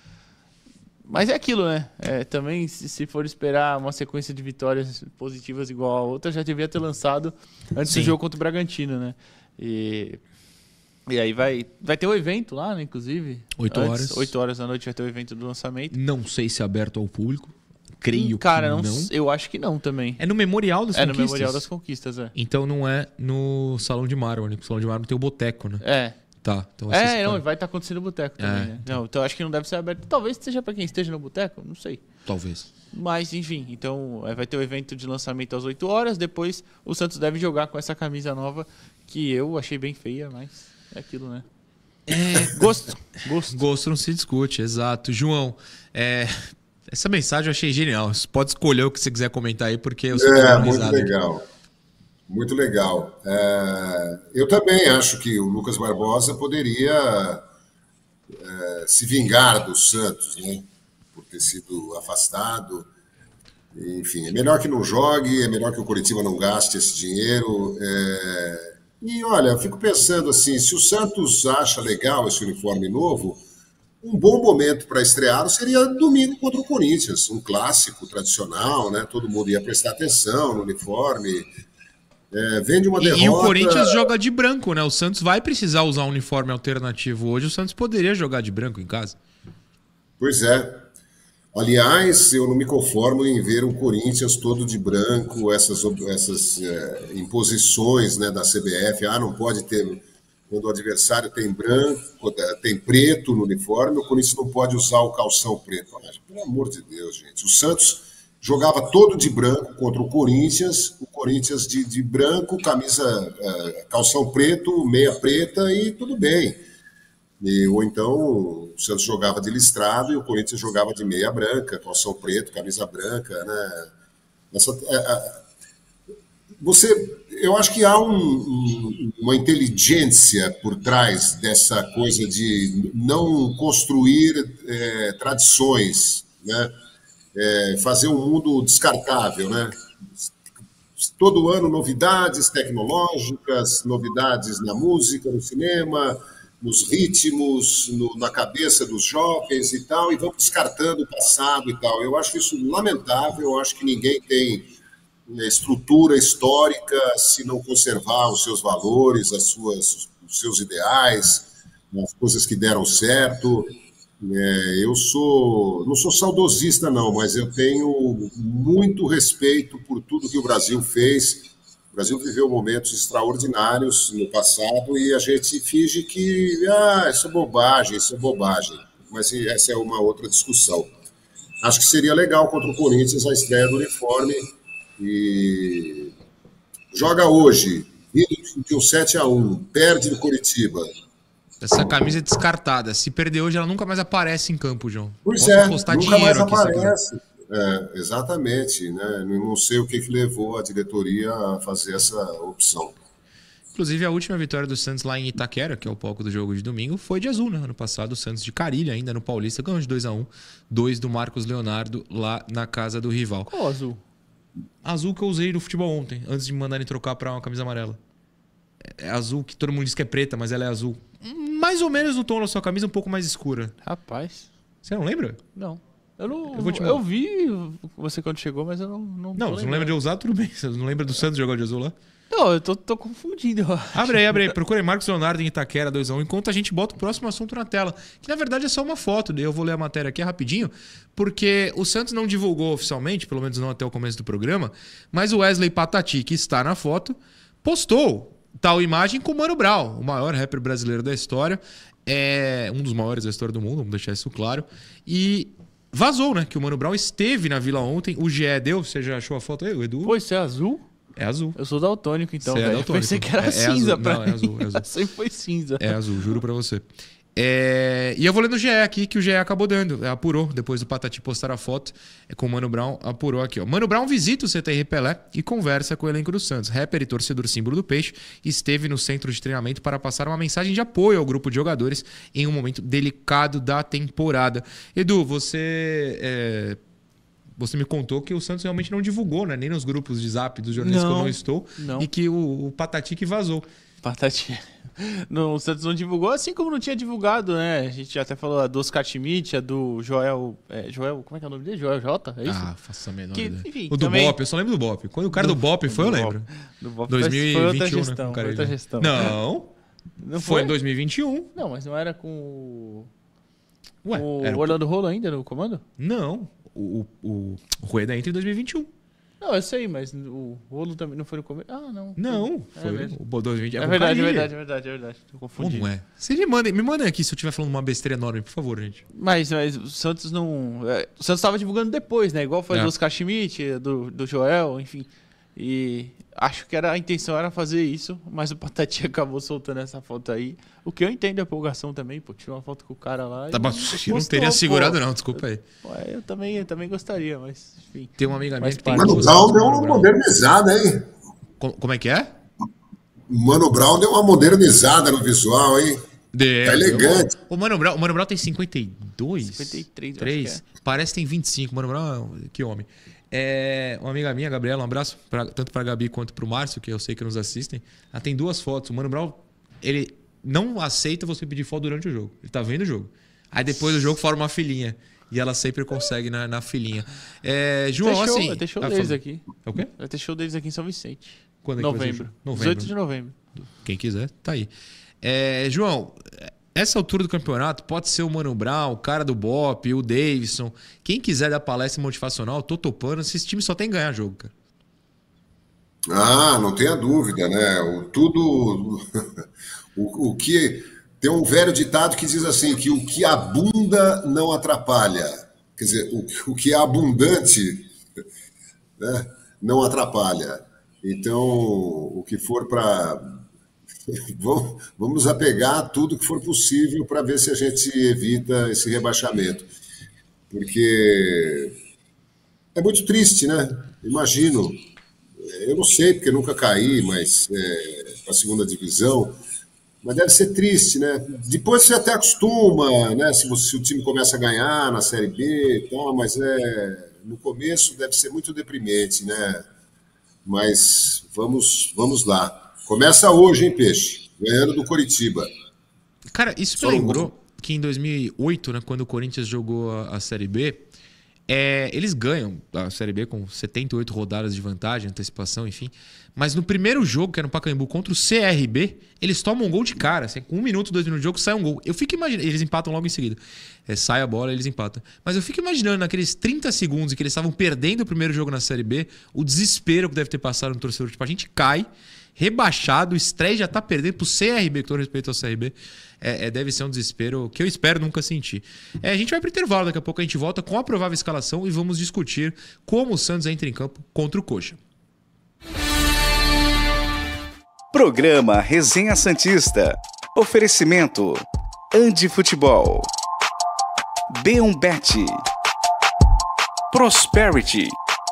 Mas é aquilo, né? Também, se for esperar uma sequência de vitórias positivas igual a outra, já devia ter lançado antes do jogo contra o Bragantino, né? E aí vai ter o evento lá, né? Inclusive. 8 horas. 8 horas da noite vai ter o evento do lançamento. Não sei se é aberto ao público. Creio que não. Eu acho que não também. É no Memorial das Conquistas? É no Memorial das Conquistas, Então não é no Salão de Mármore. No Salão de Mármore tem o Boteco, né? Tá. Então vai estar acontecendo no Boteco também, né? Então eu acho que não deve ser aberto. Talvez seja para quem esteja no Boteco, não sei. Talvez. Mas, enfim, então vai ter o evento de lançamento às 8 horas. Depois o Santos deve jogar com essa camisa nova, que eu achei bem feia, mas é aquilo, né? Gosto. Gosto não se discute, exato. João, essa mensagem eu achei genial. Você pode escolher o que você quiser comentar aí, porque eu sei que é muito legal. Aqui. Muito legal. Eu também acho que o Lucas Barbosa poderia se vingar do Santos, né? Por ter sido afastado. Enfim, é melhor que não jogue, é melhor que o Coritiba não gaste esse dinheiro. E olha, eu fico pensando assim, se o Santos acha legal esse uniforme novo, um bom momento para estrear seria domingo contra o Corinthians, um clássico tradicional, né? Todo mundo ia prestar atenção no uniforme. Vem de uma derrota... E o Corinthians joga de branco, né? O Santos vai precisar usar um uniforme alternativo hoje. O Santos poderia jogar de branco em casa. Pois é. Aliás, eu não me conformo em ver o Corinthians todo de branco, essas imposições, né, da CBF. Não pode ter... Quando o adversário tem branco, tem preto no uniforme, o Corinthians não pode usar o calção preto. Pelo amor de Deus, gente. O Santos jogava todo de branco contra o Corinthians de branco, calção preto, meia preta e tudo bem. Ou então o Santos jogava de listrado e o Corinthians jogava de meia branca, calção preto, camisa branca, né? Eu acho que há uma inteligência por trás dessa coisa de não construir tradições, né? Fazer um mundo descartável, né? Todo ano novidades tecnológicas, novidades na música, no cinema, nos ritmos, na cabeça dos jovens e tal, e vamos descartando o passado e tal. Eu acho isso lamentável, eu acho que ninguém tem estrutura histórica se não conservar os seus valores, os seus ideais, as coisas que deram certo. Não sou saudosista não, mas eu tenho muito respeito por tudo que o Brasil fez. O Brasil viveu momentos extraordinários no passado e a gente finge que isso é bobagem, isso é bobagem. Mas essa é uma outra discussão. Acho que seria legal contra o Corinthians a estreia do uniforme e joga hoje, indo de um 7-1, perde no Curitiba. Essa camisa é descartada. Se perder hoje, ela nunca mais aparece em campo, João. Pois Posso apostar nunca mais aqui, aparece. Exatamente, né? Não sei o que levou a diretoria a fazer essa opção. Inclusive, a última vitória do Santos lá em Itaquera, que é o palco do jogo de domingo, foi de azul, né? Ano passado, o Santos de Carilha, ainda no Paulista, ganhou de 2-1. 2 do Marcos Leonardo lá na casa do rival. Qual azul? Azul que eu usei no futebol ontem, antes de me mandarem trocar para uma camisa amarela. É azul, que todo mundo diz que é preta, mas ela é azul. Mais ou menos no tom da sua camisa, um pouco mais escura. Rapaz. Você não lembra? Não. Eu Eu vi você quando chegou, mas eu não Não, você não lembra de usar, tudo bem. Você não lembra do Santos jogar de azul lá? Não, eu tô confundindo. Abre aí. Procura aí Marcos Leonardo em Itaquera 2-1, enquanto a gente bota o próximo assunto na tela. Que na verdade é só uma foto. Daí eu vou ler a matéria aqui rapidinho, porque o Santos não divulgou oficialmente, pelo menos não até o começo do programa, mas o Wesley Patati, que está na foto, postou tal imagem com o Mano Brown, o maior rapper brasileiro da história. É um dos maiores da história do mundo, vamos deixar isso claro. E vazou, né? Que o Mano Brown esteve na Vila ontem. O GE deu, você já achou a foto aí, o Edu? Pô, isso é azul? É azul. Eu sou daltônico, então, Você é velho. daltônico. Pensei que era É cinza azul. pra Não, mim. é azul, é azul. Sempre foi cinza. É azul, juro pra você. E eu vou lendo o GE aqui, que o GE acabou dando. Apurou, depois do Patati postar a foto com o Mano Brown, apurou aqui. Ó. Mano Brown visita o CTR Pelé e conversa com o elenco do Santos. Rapper e torcedor símbolo do Peixe esteve no centro de treinamento para passar uma mensagem de apoio ao grupo de jogadores em um momento delicado da temporada. Edu, você me contou que o Santos realmente não divulgou, né? Nem nos grupos de zap dos jornalistas que eu não estou. Não. E que o Patati que vazou. Patati. O Santos não divulgou, assim como não tinha divulgado, né? A gente até falou a do Oscar Schmidt, a do Joel. Como é que é o nome dele? Joel J? É isso? Faço a menor Que, ideia. enfim, O do também... Bop, eu só lembro do Bop. Quando o cara do Bop foi, eu lembro. Do Bop 2021, foi outra gestão, né? foi outra gestão. Não. Não Foi em 2021. Não, mas não era com Ué, o era Orlando Rolo ainda no comando? Não. O Rueda entra em 2021. Não, eu sei, mas o Rolo também não foi no começo. Ah, não. Não. É Foi mesmo. o 2020. É verdade. Tô confundindo. Como é? Você me mandem aqui se eu estiver falando uma besteira enorme, por favor, gente. Mas o Santos não... O Santos estava divulgando depois, né? Igual foi do Oscar Schmidt, do Joel, enfim. E acho que a intenção era fazer isso, mas o Patati acabou soltando essa foto aí. O que eu entendo é a empolgação também, pô. Tirou uma foto com o cara lá. Tá, mas eu não teria segurado, não, desculpa aí. Eu também gostaria, mas enfim. Tem uma amiga minha que tem. Mano Brown deu uma modernizada, hein? Como é que é? O Mano Brown deu uma modernizada no visual, hein? Tá elegante. O Mano Brown tem 52? 53, 3. acho que Parece que tem 25. Mano Brown, que homem. Uma amiga minha, Gabriela, um abraço tanto pra Gabi quanto pro Márcio, que eu sei que nos assistem. Ela tem 2 fotos. O Mano Brown, ele não aceita você pedir foto durante o jogo. Ele tá vendo o jogo. Aí depois do jogo forma uma filinha. E ela sempre consegue na filinha. João, assim... Vai ter show deles aqui. É o quê? Vai ter show deles aqui em São Vicente. Quando é que vai ser? Novembro. 18 de novembro. Quem quiser, tá aí. João, essa altura do campeonato pode ser o Mano Brown, o cara do Bop, o Davidson. Quem quiser dar palestra motivacional, tô topando. Esses times só tem que ganhar jogo, cara. Não tenha dúvida, né? O que... Tem um velho ditado que diz assim, que o que abunda não atrapalha. Quer dizer, o que é abundante, né, não atrapalha. Então, o que for para... Vamos apegar a tudo que for possível para ver se a gente evita esse rebaixamento. Porque é muito triste, né? Imagino. Eu não sei, porque nunca caí, mas para a segunda divisão... Mas deve ser triste, né? Depois você até acostuma, né? Se o time começa a ganhar na Série B e tal, mas no começo deve ser muito deprimente, né? Mas vamos lá. Começa hoje, hein, Peixe? Ganhando do Coritiba. Cara, isso me lembrou que em 2008, né, quando o Corinthians jogou a Série B, Eles ganham a Série B com 78 rodadas de vantagem, antecipação, enfim. Mas no primeiro jogo, que era no Pacaembu, contra o CRB, eles tomam um gol de cara. Assim, com 1 minuto, 2 minutos de jogo, sai um gol. Eu fico imaginando... Eles empatam logo em seguida. Sai a bola, eles empatam. Mas eu fico imaginando, naqueles 30 segundos em que eles estavam perdendo o primeiro jogo na Série B, o desespero que deve ter passado no torcedor. Tipo, a gente cai, rebaixado, o estreia já tá perdendo pro CRB, com todo respeito ao CRB. Deve ser um desespero que eu espero nunca sentir. A gente vai pro intervalo, daqui a pouco a gente volta com a provável escalação e vamos discutir como o Santos entra em campo contra o Coxa. Programa Resenha Santista. Oferecimento Andi Futebol, B1Bet, Prosperity.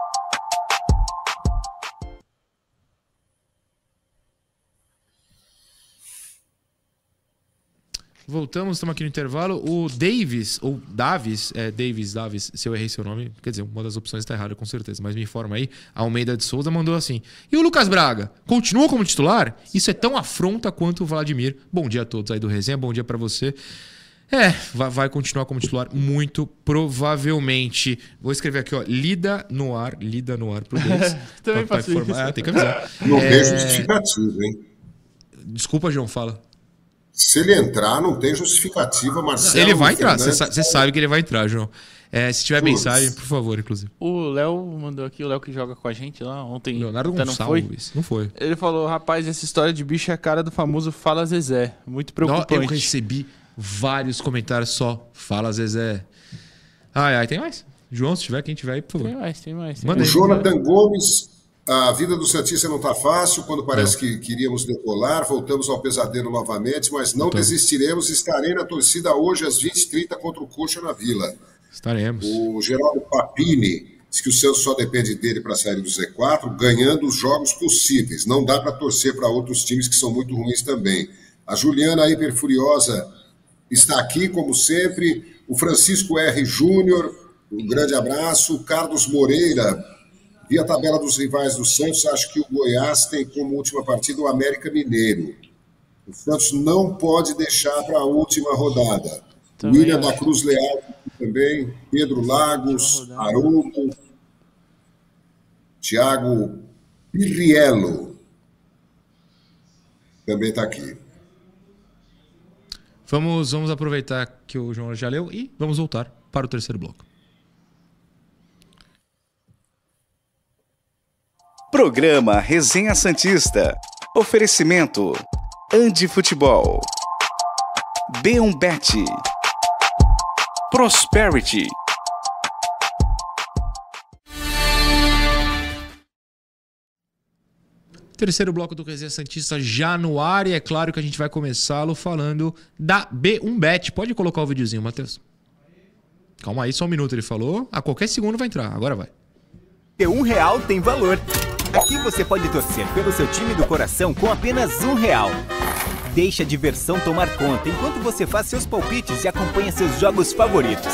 Voltamos, estamos aqui no intervalo. O Davis, ou Davis, Davis, se eu errei seu nome, quer dizer, uma das opções está errada com certeza, mas me informa aí. Almeida de Souza mandou assim: e o Lucas Braga, continua como titular? Isso é tão afronta quanto o Vladimir. Bom dia a todos aí do Resenha, bom dia para você. Vai continuar como titular, muito provavelmente. Vou escrever aqui, ó, Lida no ar pro Davis. Também faço isso. Tem que avisar. Não tem justificativa, hein? Desculpa, João, fala. Se ele entrar, não tem justificativa, Marcelo. Ele vai entrar, você sabe que ele vai entrar, João. Se tiver mensagem, por favor, inclusive. O Léo mandou aqui, o Léo que joga com a gente lá ontem. Leonardo Gonçalves, não foi? Ele falou: rapaz, essa história de bicho é a cara do famoso Fala Zezé. Muito preocupante. Eu recebi vários comentários só. Fala Zezé. Ai, tem mais? João, se tiver, quem tiver aí, por favor. Tem mais. O Jonathan Gomes. A vida do Santista não está fácil, quando parece que queríamos decolar, voltamos ao pesadelo novamente, mas não desistiremos, estarei na torcida hoje às 20h30 contra o Coxa na Vila. Estaremos. O Geraldo Papini diz que o Santos só depende dele para sair do Z4, ganhando os jogos possíveis, não dá para torcer para outros times que são muito ruins também. A Juliana Hiperfuriosa está aqui, como sempre, o Francisco R. Júnior, um grande abraço, o Carlos Moreira. Vi a tabela dos rivais do Santos, acho que o Goiás tem como última partida o América Mineiro. O Santos não pode deixar para a última rodada. Também William da Cruz Leal também, Pedro Lagos, Haroldo, Thiago Pirriello também está aqui. Vamos aproveitar que o João já leu e vamos voltar para o terceiro bloco. Programa Resenha Santista. Oferecimento Andi Futebol, B1Bet, Prosperity. Terceiro bloco do Resenha Santista já no ar, e é claro que a gente vai começá-lo falando da B1Bet. Pode colocar o videozinho, Matheus. Calma aí, só um minuto, ele falou. A qualquer segundo vai entrar, agora vai. R$1 tem valor. Aqui você pode torcer pelo seu time do coração com apenas R$1. Deixe a diversão tomar conta enquanto você faz seus palpites e acompanha seus jogos favoritos.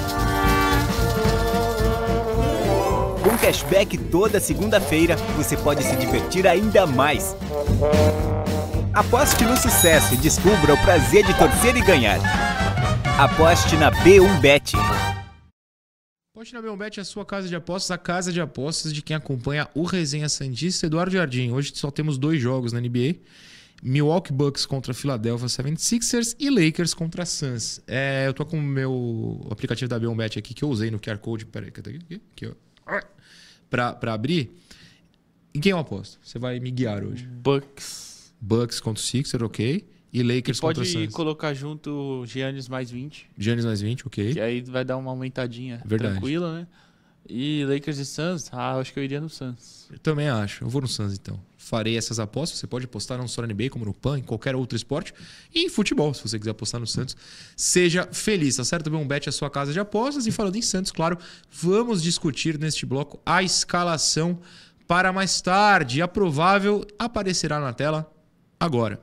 Com cashback toda segunda-feira, você pode se divertir ainda mais. Aposte no sucesso e descubra o prazer de torcer e ganhar. Aposte na B1Bet. Aposte na B1Bet, a sua casa de apostas, a casa de apostas de quem acompanha o Resenha Santista. Eduardo Jardim, hoje só temos 2 jogos na NBA. Milwaukee Bucks contra Philadelphia 76ers e Lakers contra Suns. Eu tô com o meu aplicativo da B1Bet aqui, que eu usei no QR Code. Peraí, cadê aqui, ó. Pra abrir. Em quem eu aposto? Você vai me guiar hoje. Bucks contra o Sixers, ok. E Lakers contra Suns. Pode colocar junto Giannis mais 20. Giannis mais 20, ok. Que aí vai dar uma aumentadinha. Verdade. Tranquila, né? E Lakers e Suns, acho que eu iria no Suns. Eu também acho. Eu vou no Suns, então. Farei essas apostas. Você pode apostar não só na NBA, como no PAN, em qualquer outro esporte. E em futebol, se você quiser apostar no Santos. Seja feliz, tá certo? B1Bet é a sua casa de apostas. E falando em Santos, claro, vamos discutir neste bloco a escalação para mais tarde. A provável aparecerá na tela agora.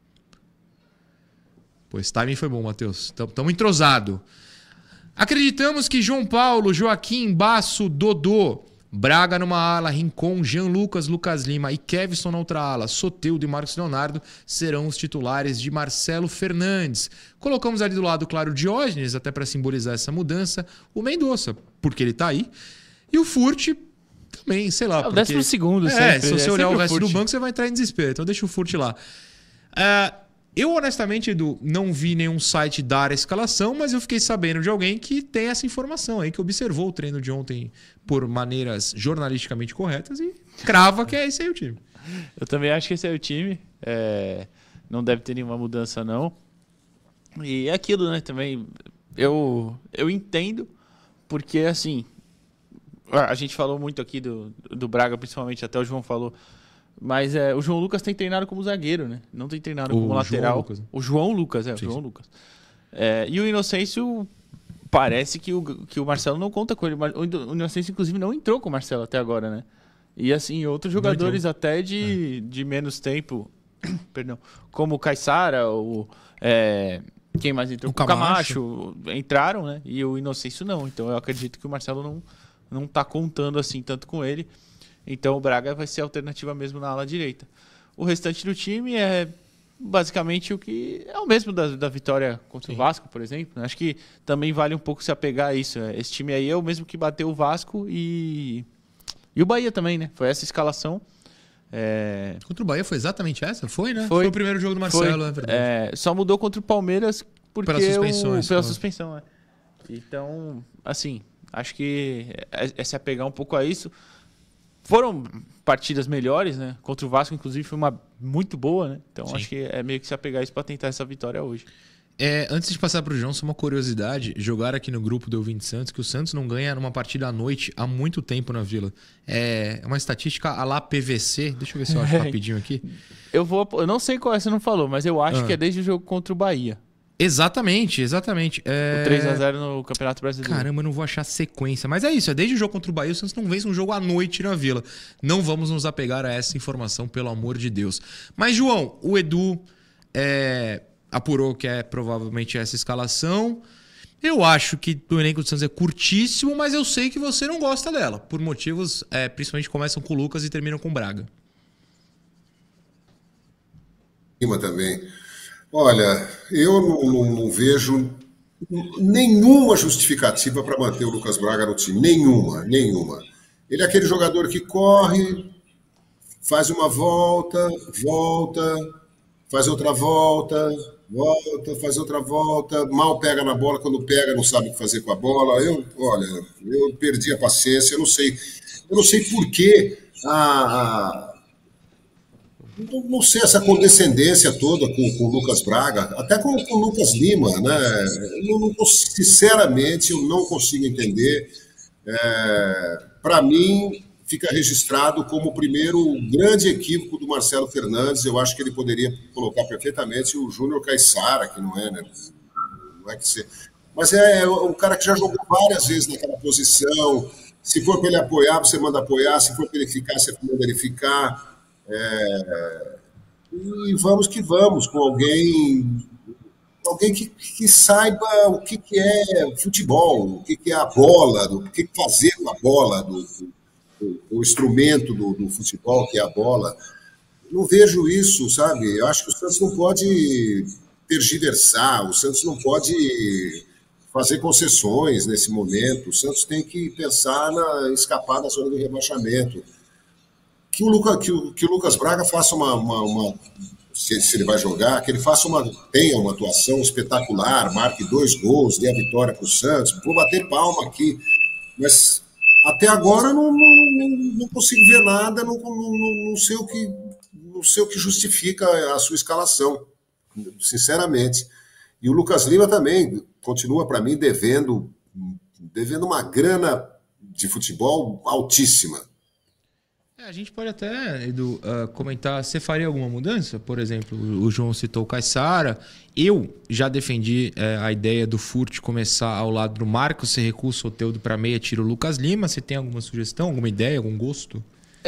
Pois timing foi bom, Matheus. Estamos entrosados. Acreditamos que João Paulo, Joaquim, Basso, Dodô, Braga numa ala, Rincon, Jean Lucas, Lucas Lima e Kevson na outra ala, Soteldo e Marcos Leonardo serão os titulares de Marcelo Fernandes. Colocamos ali do lado, claro, Diógenes, até para simbolizar essa mudança, o Mendonça, porque ele tá aí. E o Furt também, sei lá. É o 12º sempre. Se você olhar o resto Furt. do banco, você vai entrar em desespero. Então deixa o Furt lá. Eu, honestamente, Edu, não vi nenhum site dar a escalação, mas eu fiquei sabendo de alguém que tem essa informação aí, que observou o treino de ontem por maneiras jornalisticamente corretas e crava que é esse aí o time. Eu também acho que esse é o time. Não deve ter nenhuma mudança, não. E é aquilo, né? Também eu entendo, porque assim, a gente falou muito aqui do Braga, principalmente, até o João falou. Mas o João Lucas tem treinado como zagueiro, né? Não tem treinado como lateral. O João Lucas, sim, o João Lucas. E o Inocêncio, parece que o Marcelo não conta com ele. O Inocêncio, inclusive, não entrou com o Marcelo até agora, né? E assim, outros jogadores até de menos tempo, perdão, como o Caissara, quem mais entrou? O Camacho entraram, né? E o Inocêncio não. Então eu acredito que o Marcelo não tá contando assim tanto com ele. Então o Braga vai ser a alternativa mesmo na ala direita. O restante do time é basicamente o que é o mesmo da vitória contra o Vasco, por exemplo. Acho que também vale um pouco se apegar a isso. Esse time aí é o mesmo que bateu o Vasco e o Bahia também, né? Foi essa escalação. Contra o Bahia foi exatamente essa? Foi, né? Foi o primeiro jogo do Marcelo, é verdade. Só mudou contra o Palmeiras porque pela suspensão. Né? Então, assim, acho que é se apegar um pouco a isso. Foram partidas melhores, né? Contra o Vasco, inclusive, foi uma muito boa, né? Então, acho que é meio que se apegar a isso para tentar essa vitória hoje. Antes de passar para o João, só uma curiosidade. Jogaram aqui no grupo do Ouvinte Santos que o Santos não ganha numa partida à noite há muito tempo na Vila. É uma estatística à la PVC. Deixa eu ver se eu acho rapidinho aqui. Eu não sei qual você não falou, mas eu acho que é desde o jogo contra o Bahia. Exatamente. O 3-0 no Campeonato Brasileiro. Caramba, eu não vou achar sequência. Mas é isso, desde o jogo contra o Bahia, o Santos não vence um jogo à noite na Vila. Não vamos nos apegar a essa informação, pelo amor de Deus. Mas, João, o Edu apurou que é provavelmente essa escalação. Eu acho que o elenco do Santos é curtíssimo, mas eu sei que você não gosta dela. Por motivos, principalmente começam com o Lucas e terminam com o Braga. Também. Olha, eu não vejo nenhuma justificativa para manter o Lucas Braga no time. Nenhuma. Ele é aquele jogador que corre, faz uma volta, faz outra volta, faz outra volta, mal pega na bola, quando pega não sabe o que fazer com a bola. Eu perdi a paciência, eu não sei por que não sei essa condescendência toda com o Lucas Braga, até com o Lucas Lima, né? Sinceramente, eu não consigo entender. Para mim, fica registrado como o primeiro grande equívoco do Marcelo Fernandes. Eu acho que ele poderia colocar perfeitamente o Júnior Caissara, que não é, né? Não é que ser. Mas é um cara que já jogou várias vezes naquela posição. Se for para ele apoiar, você manda apoiar. Se for para ele ficar, você manda ele ficar. E vamos que vamos, com alguém que saiba o que é futebol, o que é a bola, o que fazer com a bola, o instrumento do futebol, que é a bola. Não vejo isso, sabe? Eu acho que o Santos não pode tergiversar, o Santos não pode fazer concessões nesse momento, o Santos tem que pensar em escapar da zona do rebaixamento. Que o Lucas Braga faça se ele vai jogar, que ele tenha uma atuação espetacular, marque 2 gols, dê a vitória para o Santos. Vou bater palma aqui, mas até agora não consigo ver nada, não sei o que justifica a sua escalação, sinceramente. E o Lucas Lima também continua, para mim, devendo uma grana de futebol altíssima. A gente pode até, Edu, comentar, você faria alguma mudança? Por exemplo, o João citou o Caissara. Eu já defendi a ideia do Furt começar ao lado do Marcos, você recua o Soteldo para meia, tira o Lucas Lima. Você tem alguma sugestão, alguma ideia, algum gosto?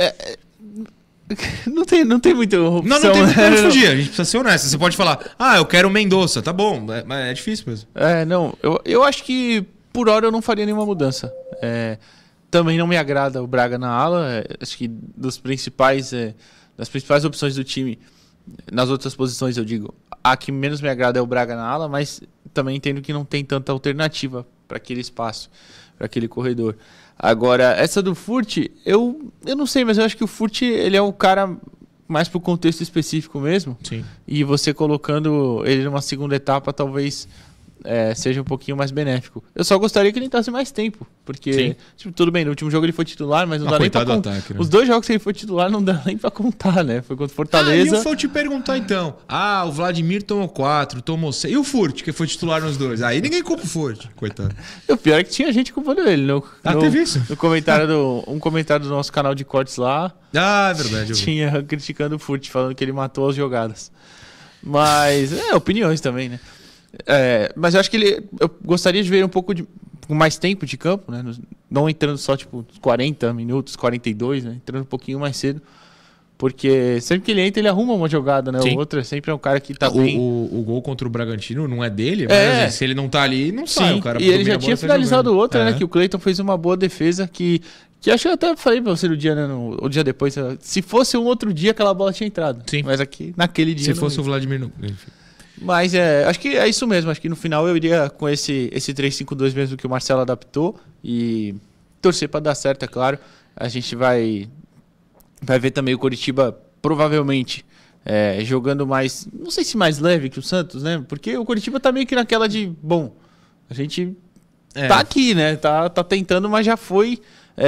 Não tem muita opção. Não tem muito pra fugir, a gente precisa ser honesto. Você pode falar, eu quero o Mendonça, tá bom, mas é difícil mesmo. Eu acho que por hora eu não faria nenhuma mudança. Também não me agrada o Braga na ala. Acho que das principais opções do time, nas outras posições eu digo, a que menos me agrada é o Braga na ala, mas também entendo que não tem tanta alternativa para aquele espaço. aquele corredor. Agora, essa do Furt, eu não sei, mas eu acho que o Furt, ele é o cara mais pro contexto específico mesmo. Sim. E você colocando ele numa segunda etapa, talvez seja um pouquinho mais benéfico. Eu só gostaria que ele entrasse mais tempo, porque tipo, tudo bem, no último jogo ele foi titular, mas não dá nem pra contar. Né? Os 2 jogos que ele foi titular não dá nem pra contar, né? Foi contra o Fortaleza. E eu vou te perguntar então. O Vladimir tomou 4, tomou 6. E o Furt, que foi titular nos 2? Aí ninguém culpa o Furt, coitado. O pior é que tinha gente culpando ele. Teve isso? No comentário um comentário do nosso canal de cortes lá. É verdade. Tinha criticando o Furt, falando que ele matou as jogadas. Mas, opiniões também, né? Mas eu acho que eu gostaria de ver um pouco com mais tempo de campo, né? Não entrando só tipo 40 minutos, 42, né? Entrando um pouquinho mais cedo. Porque sempre que ele entra, ele arruma uma jogada, né? Sim. O outro sempre é um cara que tá bem. O gol contra o Bragantino não é dele, mas assim, se ele não tá ali, não sai. Sim, O cara e ele já tinha finalizado outra, né? Que o Cleiton fez uma boa defesa que acho que eu até falei pra você no dia, né? O dia depois. Se fosse um outro dia, aquela bola tinha entrado. Sim. Mas aqui, naquele dia. Se fosse o Vladimir, não. Enfim. Mas acho que é isso mesmo. Acho que no final eu iria com esse 3-5-2 mesmo que o Marcelo adaptou. E torcer para dar certo, é claro. A gente vai ver também o Coritiba, provavelmente, jogando mais... Não sei se mais leve que o Santos, né? Porque o Coritiba tá meio que naquela de... Bom, a gente tá aqui, né? Tá tentando, mas já foi,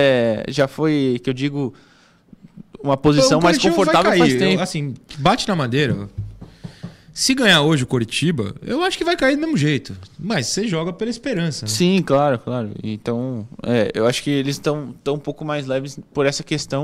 que eu digo, uma posição mais confortável faz tempo. Assim, bate na madeira... Se ganhar hoje o Coritiba, eu acho que vai cair do mesmo jeito. Mas você joga pela esperança. Né? Sim, claro. Então, eu acho que eles estão um pouco mais leves por essa questão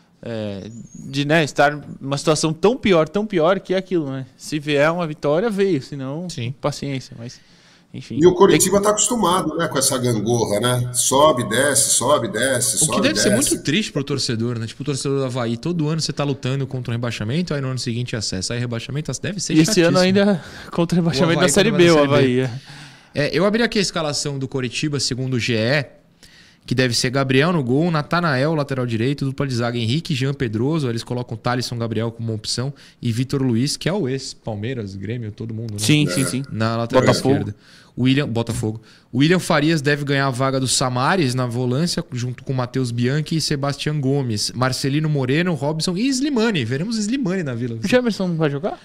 de estar numa situação tão pior que é aquilo, né? Se vier uma vitória, veio. Senão, paciência. Mas, enfim. E o Coritiba está acostumado, né, com essa gangorra, né? Sobe, desce. O que deve ser muito triste pro torcedor, né? Tipo, o torcedor do Avaí, todo ano você tá lutando contra o rebaixamento, aí no ano seguinte acessa. Aí rebaixamento deve ser chatíssimo. Esse ano ainda contra o rebaixamento da Série B, o Avaí. Eu abri aqui a escalação do Coritiba, segundo o GE, que deve ser Gabriel no gol, Natanael, lateral direito, dupla de zaga Henrique, Jean Pedroso, eles colocam Thalisson Gabriel como opção, e Vitor Luiz, que é o ex-Palmeiras, Grêmio, todo mundo, né? Sim. Na lateral esquerda. Botafogo. William Farias deve ganhar a vaga do Samares na volância, junto com Matheus Bianchi e Sebastião Gomes. Marcelino Moreno, Robson e Slimani. Veremos Slimani na Vila. O Gemerson não vai jogar?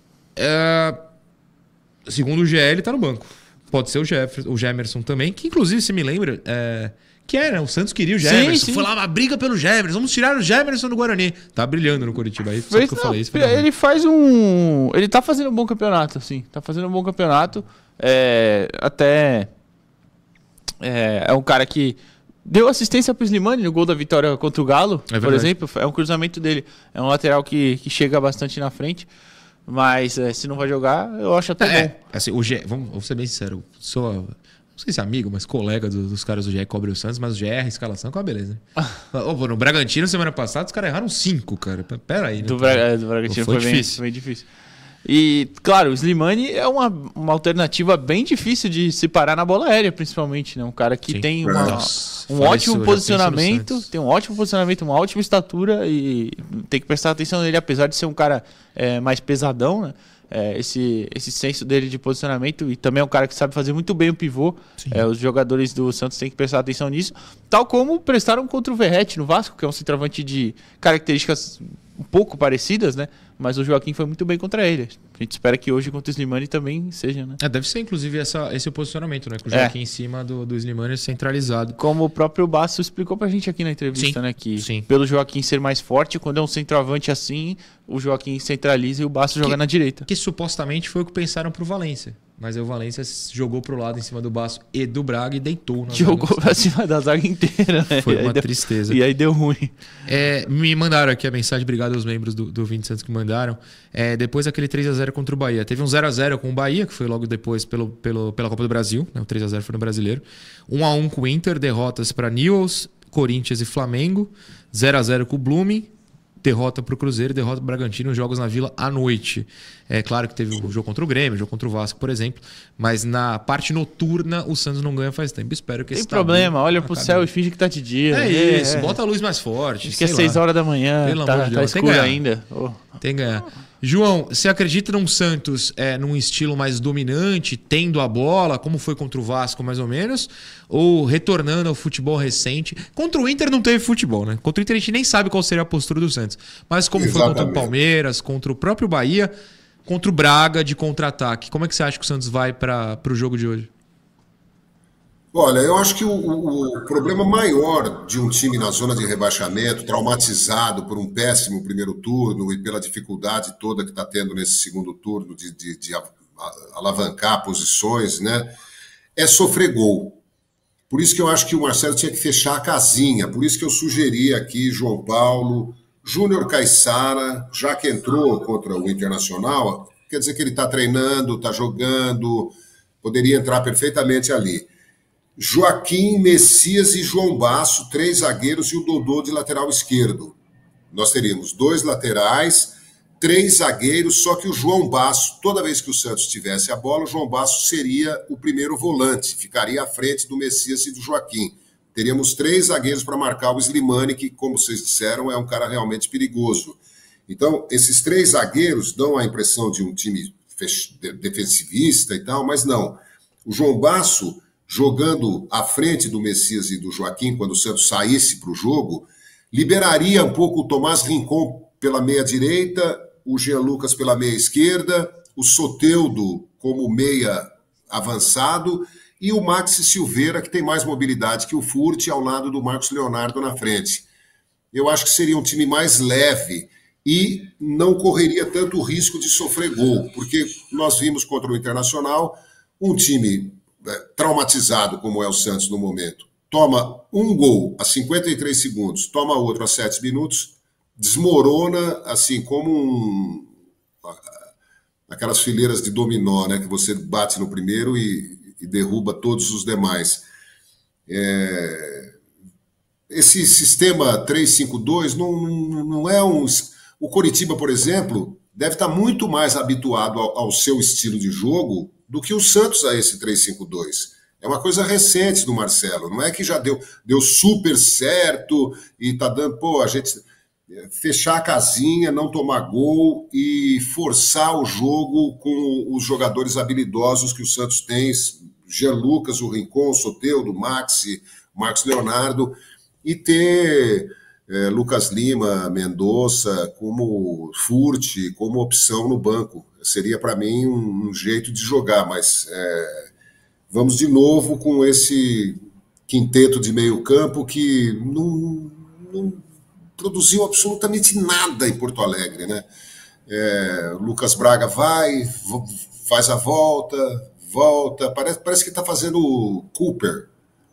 Segundo o GE, ele tá no banco. Pode ser o Gemerson também, que inclusive, se me lembra, né? O Santos queria o Gemerson. Foi lá uma briga pelo Gemerson. Vamos tirar o Gemerson do Guarani. Tá brilhando no Coritiba aí. Só que eu falei isso. Ele ele tá fazendo um bom campeonato, assim. Tá fazendo um bom campeonato. É um cara que deu assistência pro Slimani no gol da vitória contra o Galo, por exemplo. É um cruzamento dele. É um lateral que chega bastante na frente. Mas se não vai jogar, eu acho até bom. Assim, vamos ser bem sincero. Não sei se é amigo, mas colega dos caras do GE cobre o Santos, mas o GE erra a escalação com a beleza. Né? No Bragantino, semana passada, os caras erraram 5, cara. Pera aí. Né? Do Bragantino foi difícil. Bem difícil. E, claro, o Slimani é uma alternativa bem difícil de se parar na bola aérea, principalmente, né? Um cara que tem um ótimo posicionamento, uma ótima estatura e tem que prestar atenção nele, apesar de ser um cara mais pesadão, né? Esse senso dele de posicionamento, e também é um cara que sabe fazer muito bem o pivô. Os jogadores do Santos têm que prestar atenção nisso, tal como prestaram contra o Verratti no Vasco, que é um centroavante de características um pouco parecidas, né? Mas o Joaquim foi muito bem contra ele. A gente espera que hoje contra o Slimani também seja, né? Deve ser, inclusive, esse posicionamento, né? Com o Joaquim em cima do Slimani centralizado. Como o próprio Basso explicou pra gente aqui na entrevista, né? Que pelo Joaquim ser mais forte, quando é um centroavante assim, o Joaquim centraliza e o Basso joga na direita. Que supostamente foi o que pensaram pro Valência. Mas o Valência jogou pro lado em cima do Basso e do Braga e deitou. Jogou pra cima da zaga inteira, né? Foi uma tristeza. E aí deu ruim. Me mandaram aqui a mensagem, obrigado aos membros do 20 Santos que mandaram. Depois daquele 3-0 contra o Bahia. Teve um 0-0 com o Bahia, que foi logo depois pela Copa do Brasil. Né? O 3-0 foi no Brasileiro. 1-1 com o Inter, derrotas para Newell's, Corinthians e Flamengo. 0-0 com o Blooming. Derrota para o Cruzeiro e derrota para o Bragantino, jogos na Vila à noite. É claro que teve o jogo contra o Grêmio, o jogo contra o Vasco, por exemplo, mas na parte noturna o Santos não ganha faz tempo. Espero que esse problema, olha pro céu e finge que tá de dia. Bota a luz mais forte. Acho que é 6 horas da manhã, pelo amor de Deus, tá escuro ainda. Tem que ganhar. João, você acredita num Santos num estilo mais dominante, tendo a bola, como foi contra o Vasco mais ou menos, ou retornando ao futebol recente? Contra o Inter não teve futebol, né? Contra o Inter a gente nem sabe qual seria a postura do Santos. Mas como foi contra o Palmeiras, contra o próprio Bahia, contra o Braga de contra-ataque. Como é que você acha que o Santos vai para o jogo de hoje? Olha, eu acho que o problema maior de um time na zona de rebaixamento, traumatizado por um péssimo primeiro turno e pela dificuldade toda que está tendo nesse segundo turno de alavancar posições, né, é sofrer gol. Por isso que eu acho que o Marcelo tinha que fechar a casinha. Por isso que eu sugeri aqui João Paulo, Júnior Caissara, já que entrou contra o Internacional, quer dizer que ele está treinando, está jogando, poderia entrar perfeitamente ali. Joaquim, Messias e João Basso, 3 zagueiros e o Dodô de lateral esquerdo. Nós teríamos 2 laterais, 3 zagueiros, só que o João Basso, toda vez que o Santos tivesse a bola, o João Basso seria o primeiro volante, ficaria à frente do Messias e do Joaquim. Teríamos 3 zagueiros para marcar o Slimani, que, como vocês disseram, é um cara realmente perigoso. Então, esses 3 zagueiros dão a impressão de um time defensivista e tal, mas não. O João Basso, jogando à frente do Messias e do Joaquim, quando o Santos saísse para o jogo, liberaria um pouco o Tomás Rincon pela meia direita, o Jean Lucas pela meia esquerda, o Soteldo como meia avançado e o Maxi Silveira, que tem mais mobilidade que o Furt, ao lado do Marcos Leonardo na frente. Eu acho que seria um time mais leve e não correria tanto risco de sofrer gol, porque nós vimos contra o Internacional um time traumatizado como é o Santos no momento, toma um gol a 53 segundos, toma outro a 7 minutos, desmorona assim como aquelas fileiras de dominó, né, que você bate no primeiro e derruba todos os demais. Esse sistema 3-5-2 não é um... O Coritiba, por exemplo, deve estar muito mais habituado ao seu estilo de jogo do que o Santos a esse 3-5-2. É uma coisa recente do Marcelo, não é que já deu super certo e está dando, a gente fechar a casinha, não tomar gol e forçar o jogo com os jogadores habilidosos que o Santos tem, Jean Lucas, o Rincon, o Soteldo, o Maxi, o Marcos Leonardo, e ter Lucas Lima, Mendonça, como Furt, como opção no banco. Seria para mim um jeito de jogar, mas vamos de novo com esse quinteto de meio campo que não produziu absolutamente nada em Porto Alegre, né? Lucas Braga faz a volta, parece que está fazendo Cooper,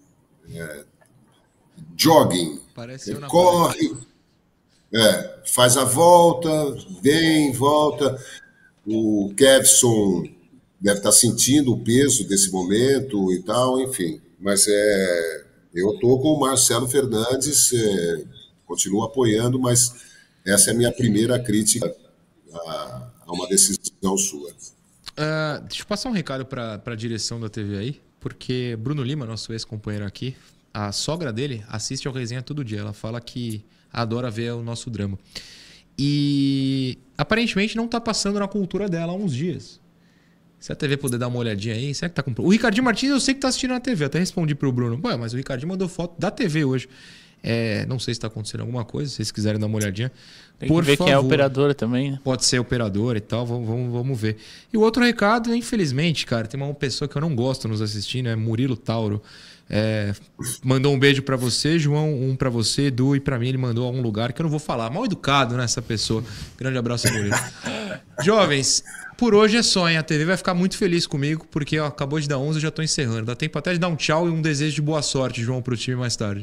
jogging, ele corre, faz a volta, vem, volta. O Kevson deve estar sentindo o peso desse momento e tal, enfim. Mas eu estou com o Marcelo Fernandes, continuo apoiando, mas essa é a minha primeira crítica a uma decisão sua. Deixa eu passar um recado para a direção da TV aí, porque Bruno Lima, nosso ex-companheiro aqui, a sogra dele assiste ao Resenha todo dia. Ela fala que adora ver o nosso drama. E aparentemente não está passando na cultura dela há uns dias. Se a TV puder dar uma olhadinha aí, será que tá com... O Ricardinho Martins eu sei que tá assistindo na TV. Eu até respondi pro Bruno. Mas o Ricardinho mandou foto da TV hoje. Não sei se está acontecendo alguma coisa. Se vocês quiserem dar uma olhadinha. Tem que ver quem é a operadora também, né? Pode ser operadora e tal. Vamos ver. E o outro recado, infelizmente, cara, tem uma pessoa que eu não gosto nos assistindo, é Murilo Tauro. Mandou um beijo pra você, João, um pra você, Edu, e pra mim ele mandou a um lugar que eu não vou falar. Mal educado, né, essa pessoa. Grande abraço, Murilo. Jovens, por hoje é só, hein? A TV vai ficar muito feliz comigo, porque acabou de dar 11, eu já tô encerrando. Dá tempo até de dar um tchau e um desejo de boa sorte, João, pro time mais tarde.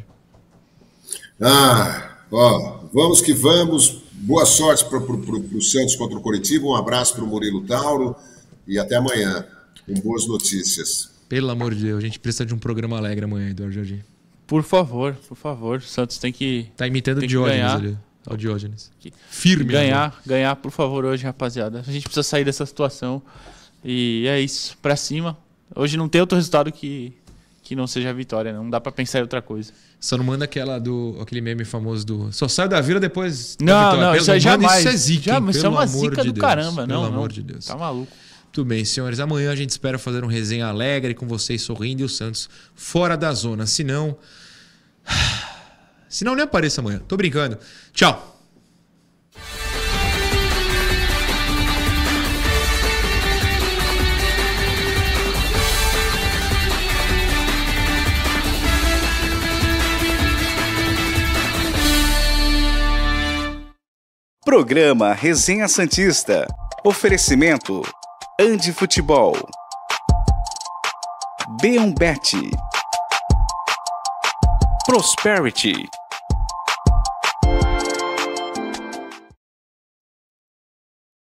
Vamos que vamos. Boa sorte pro Santos contra o Coritiba. Um abraço pro Murilo Tauro e até amanhã, com boas notícias. Pelo amor de Deus, a gente precisa de um programa alegre amanhã, Eduardo Jardim. Por favor. O Santos tem que... Tá imitando o Diógenes ali. O Diógenes. Firme. Ganhar, por favor, hoje, rapaziada. A gente precisa sair dessa situação. E é isso. Pra cima. Hoje não tem outro resultado que que não seja a vitória. Não dá pra pensar em outra coisa. Só não manda aquele meme famoso do... Só sai da vila depois da Não, vitória. não, isso aí jamais. Isso é zica, hein? Isso é uma Pelo amor zica de do Deus. caramba. Pelo Não, amor não. de Deus. Tá maluco. Muito bem, senhores. Amanhã a gente espera fazer um resenha alegre com vocês sorrindo e o Santos fora da zona. Se não, nem apareça amanhã. Tô brincando. Tchau. Programa Resenha Santista. Oferecimento Andi Futebol. B1Bet. Prosperity.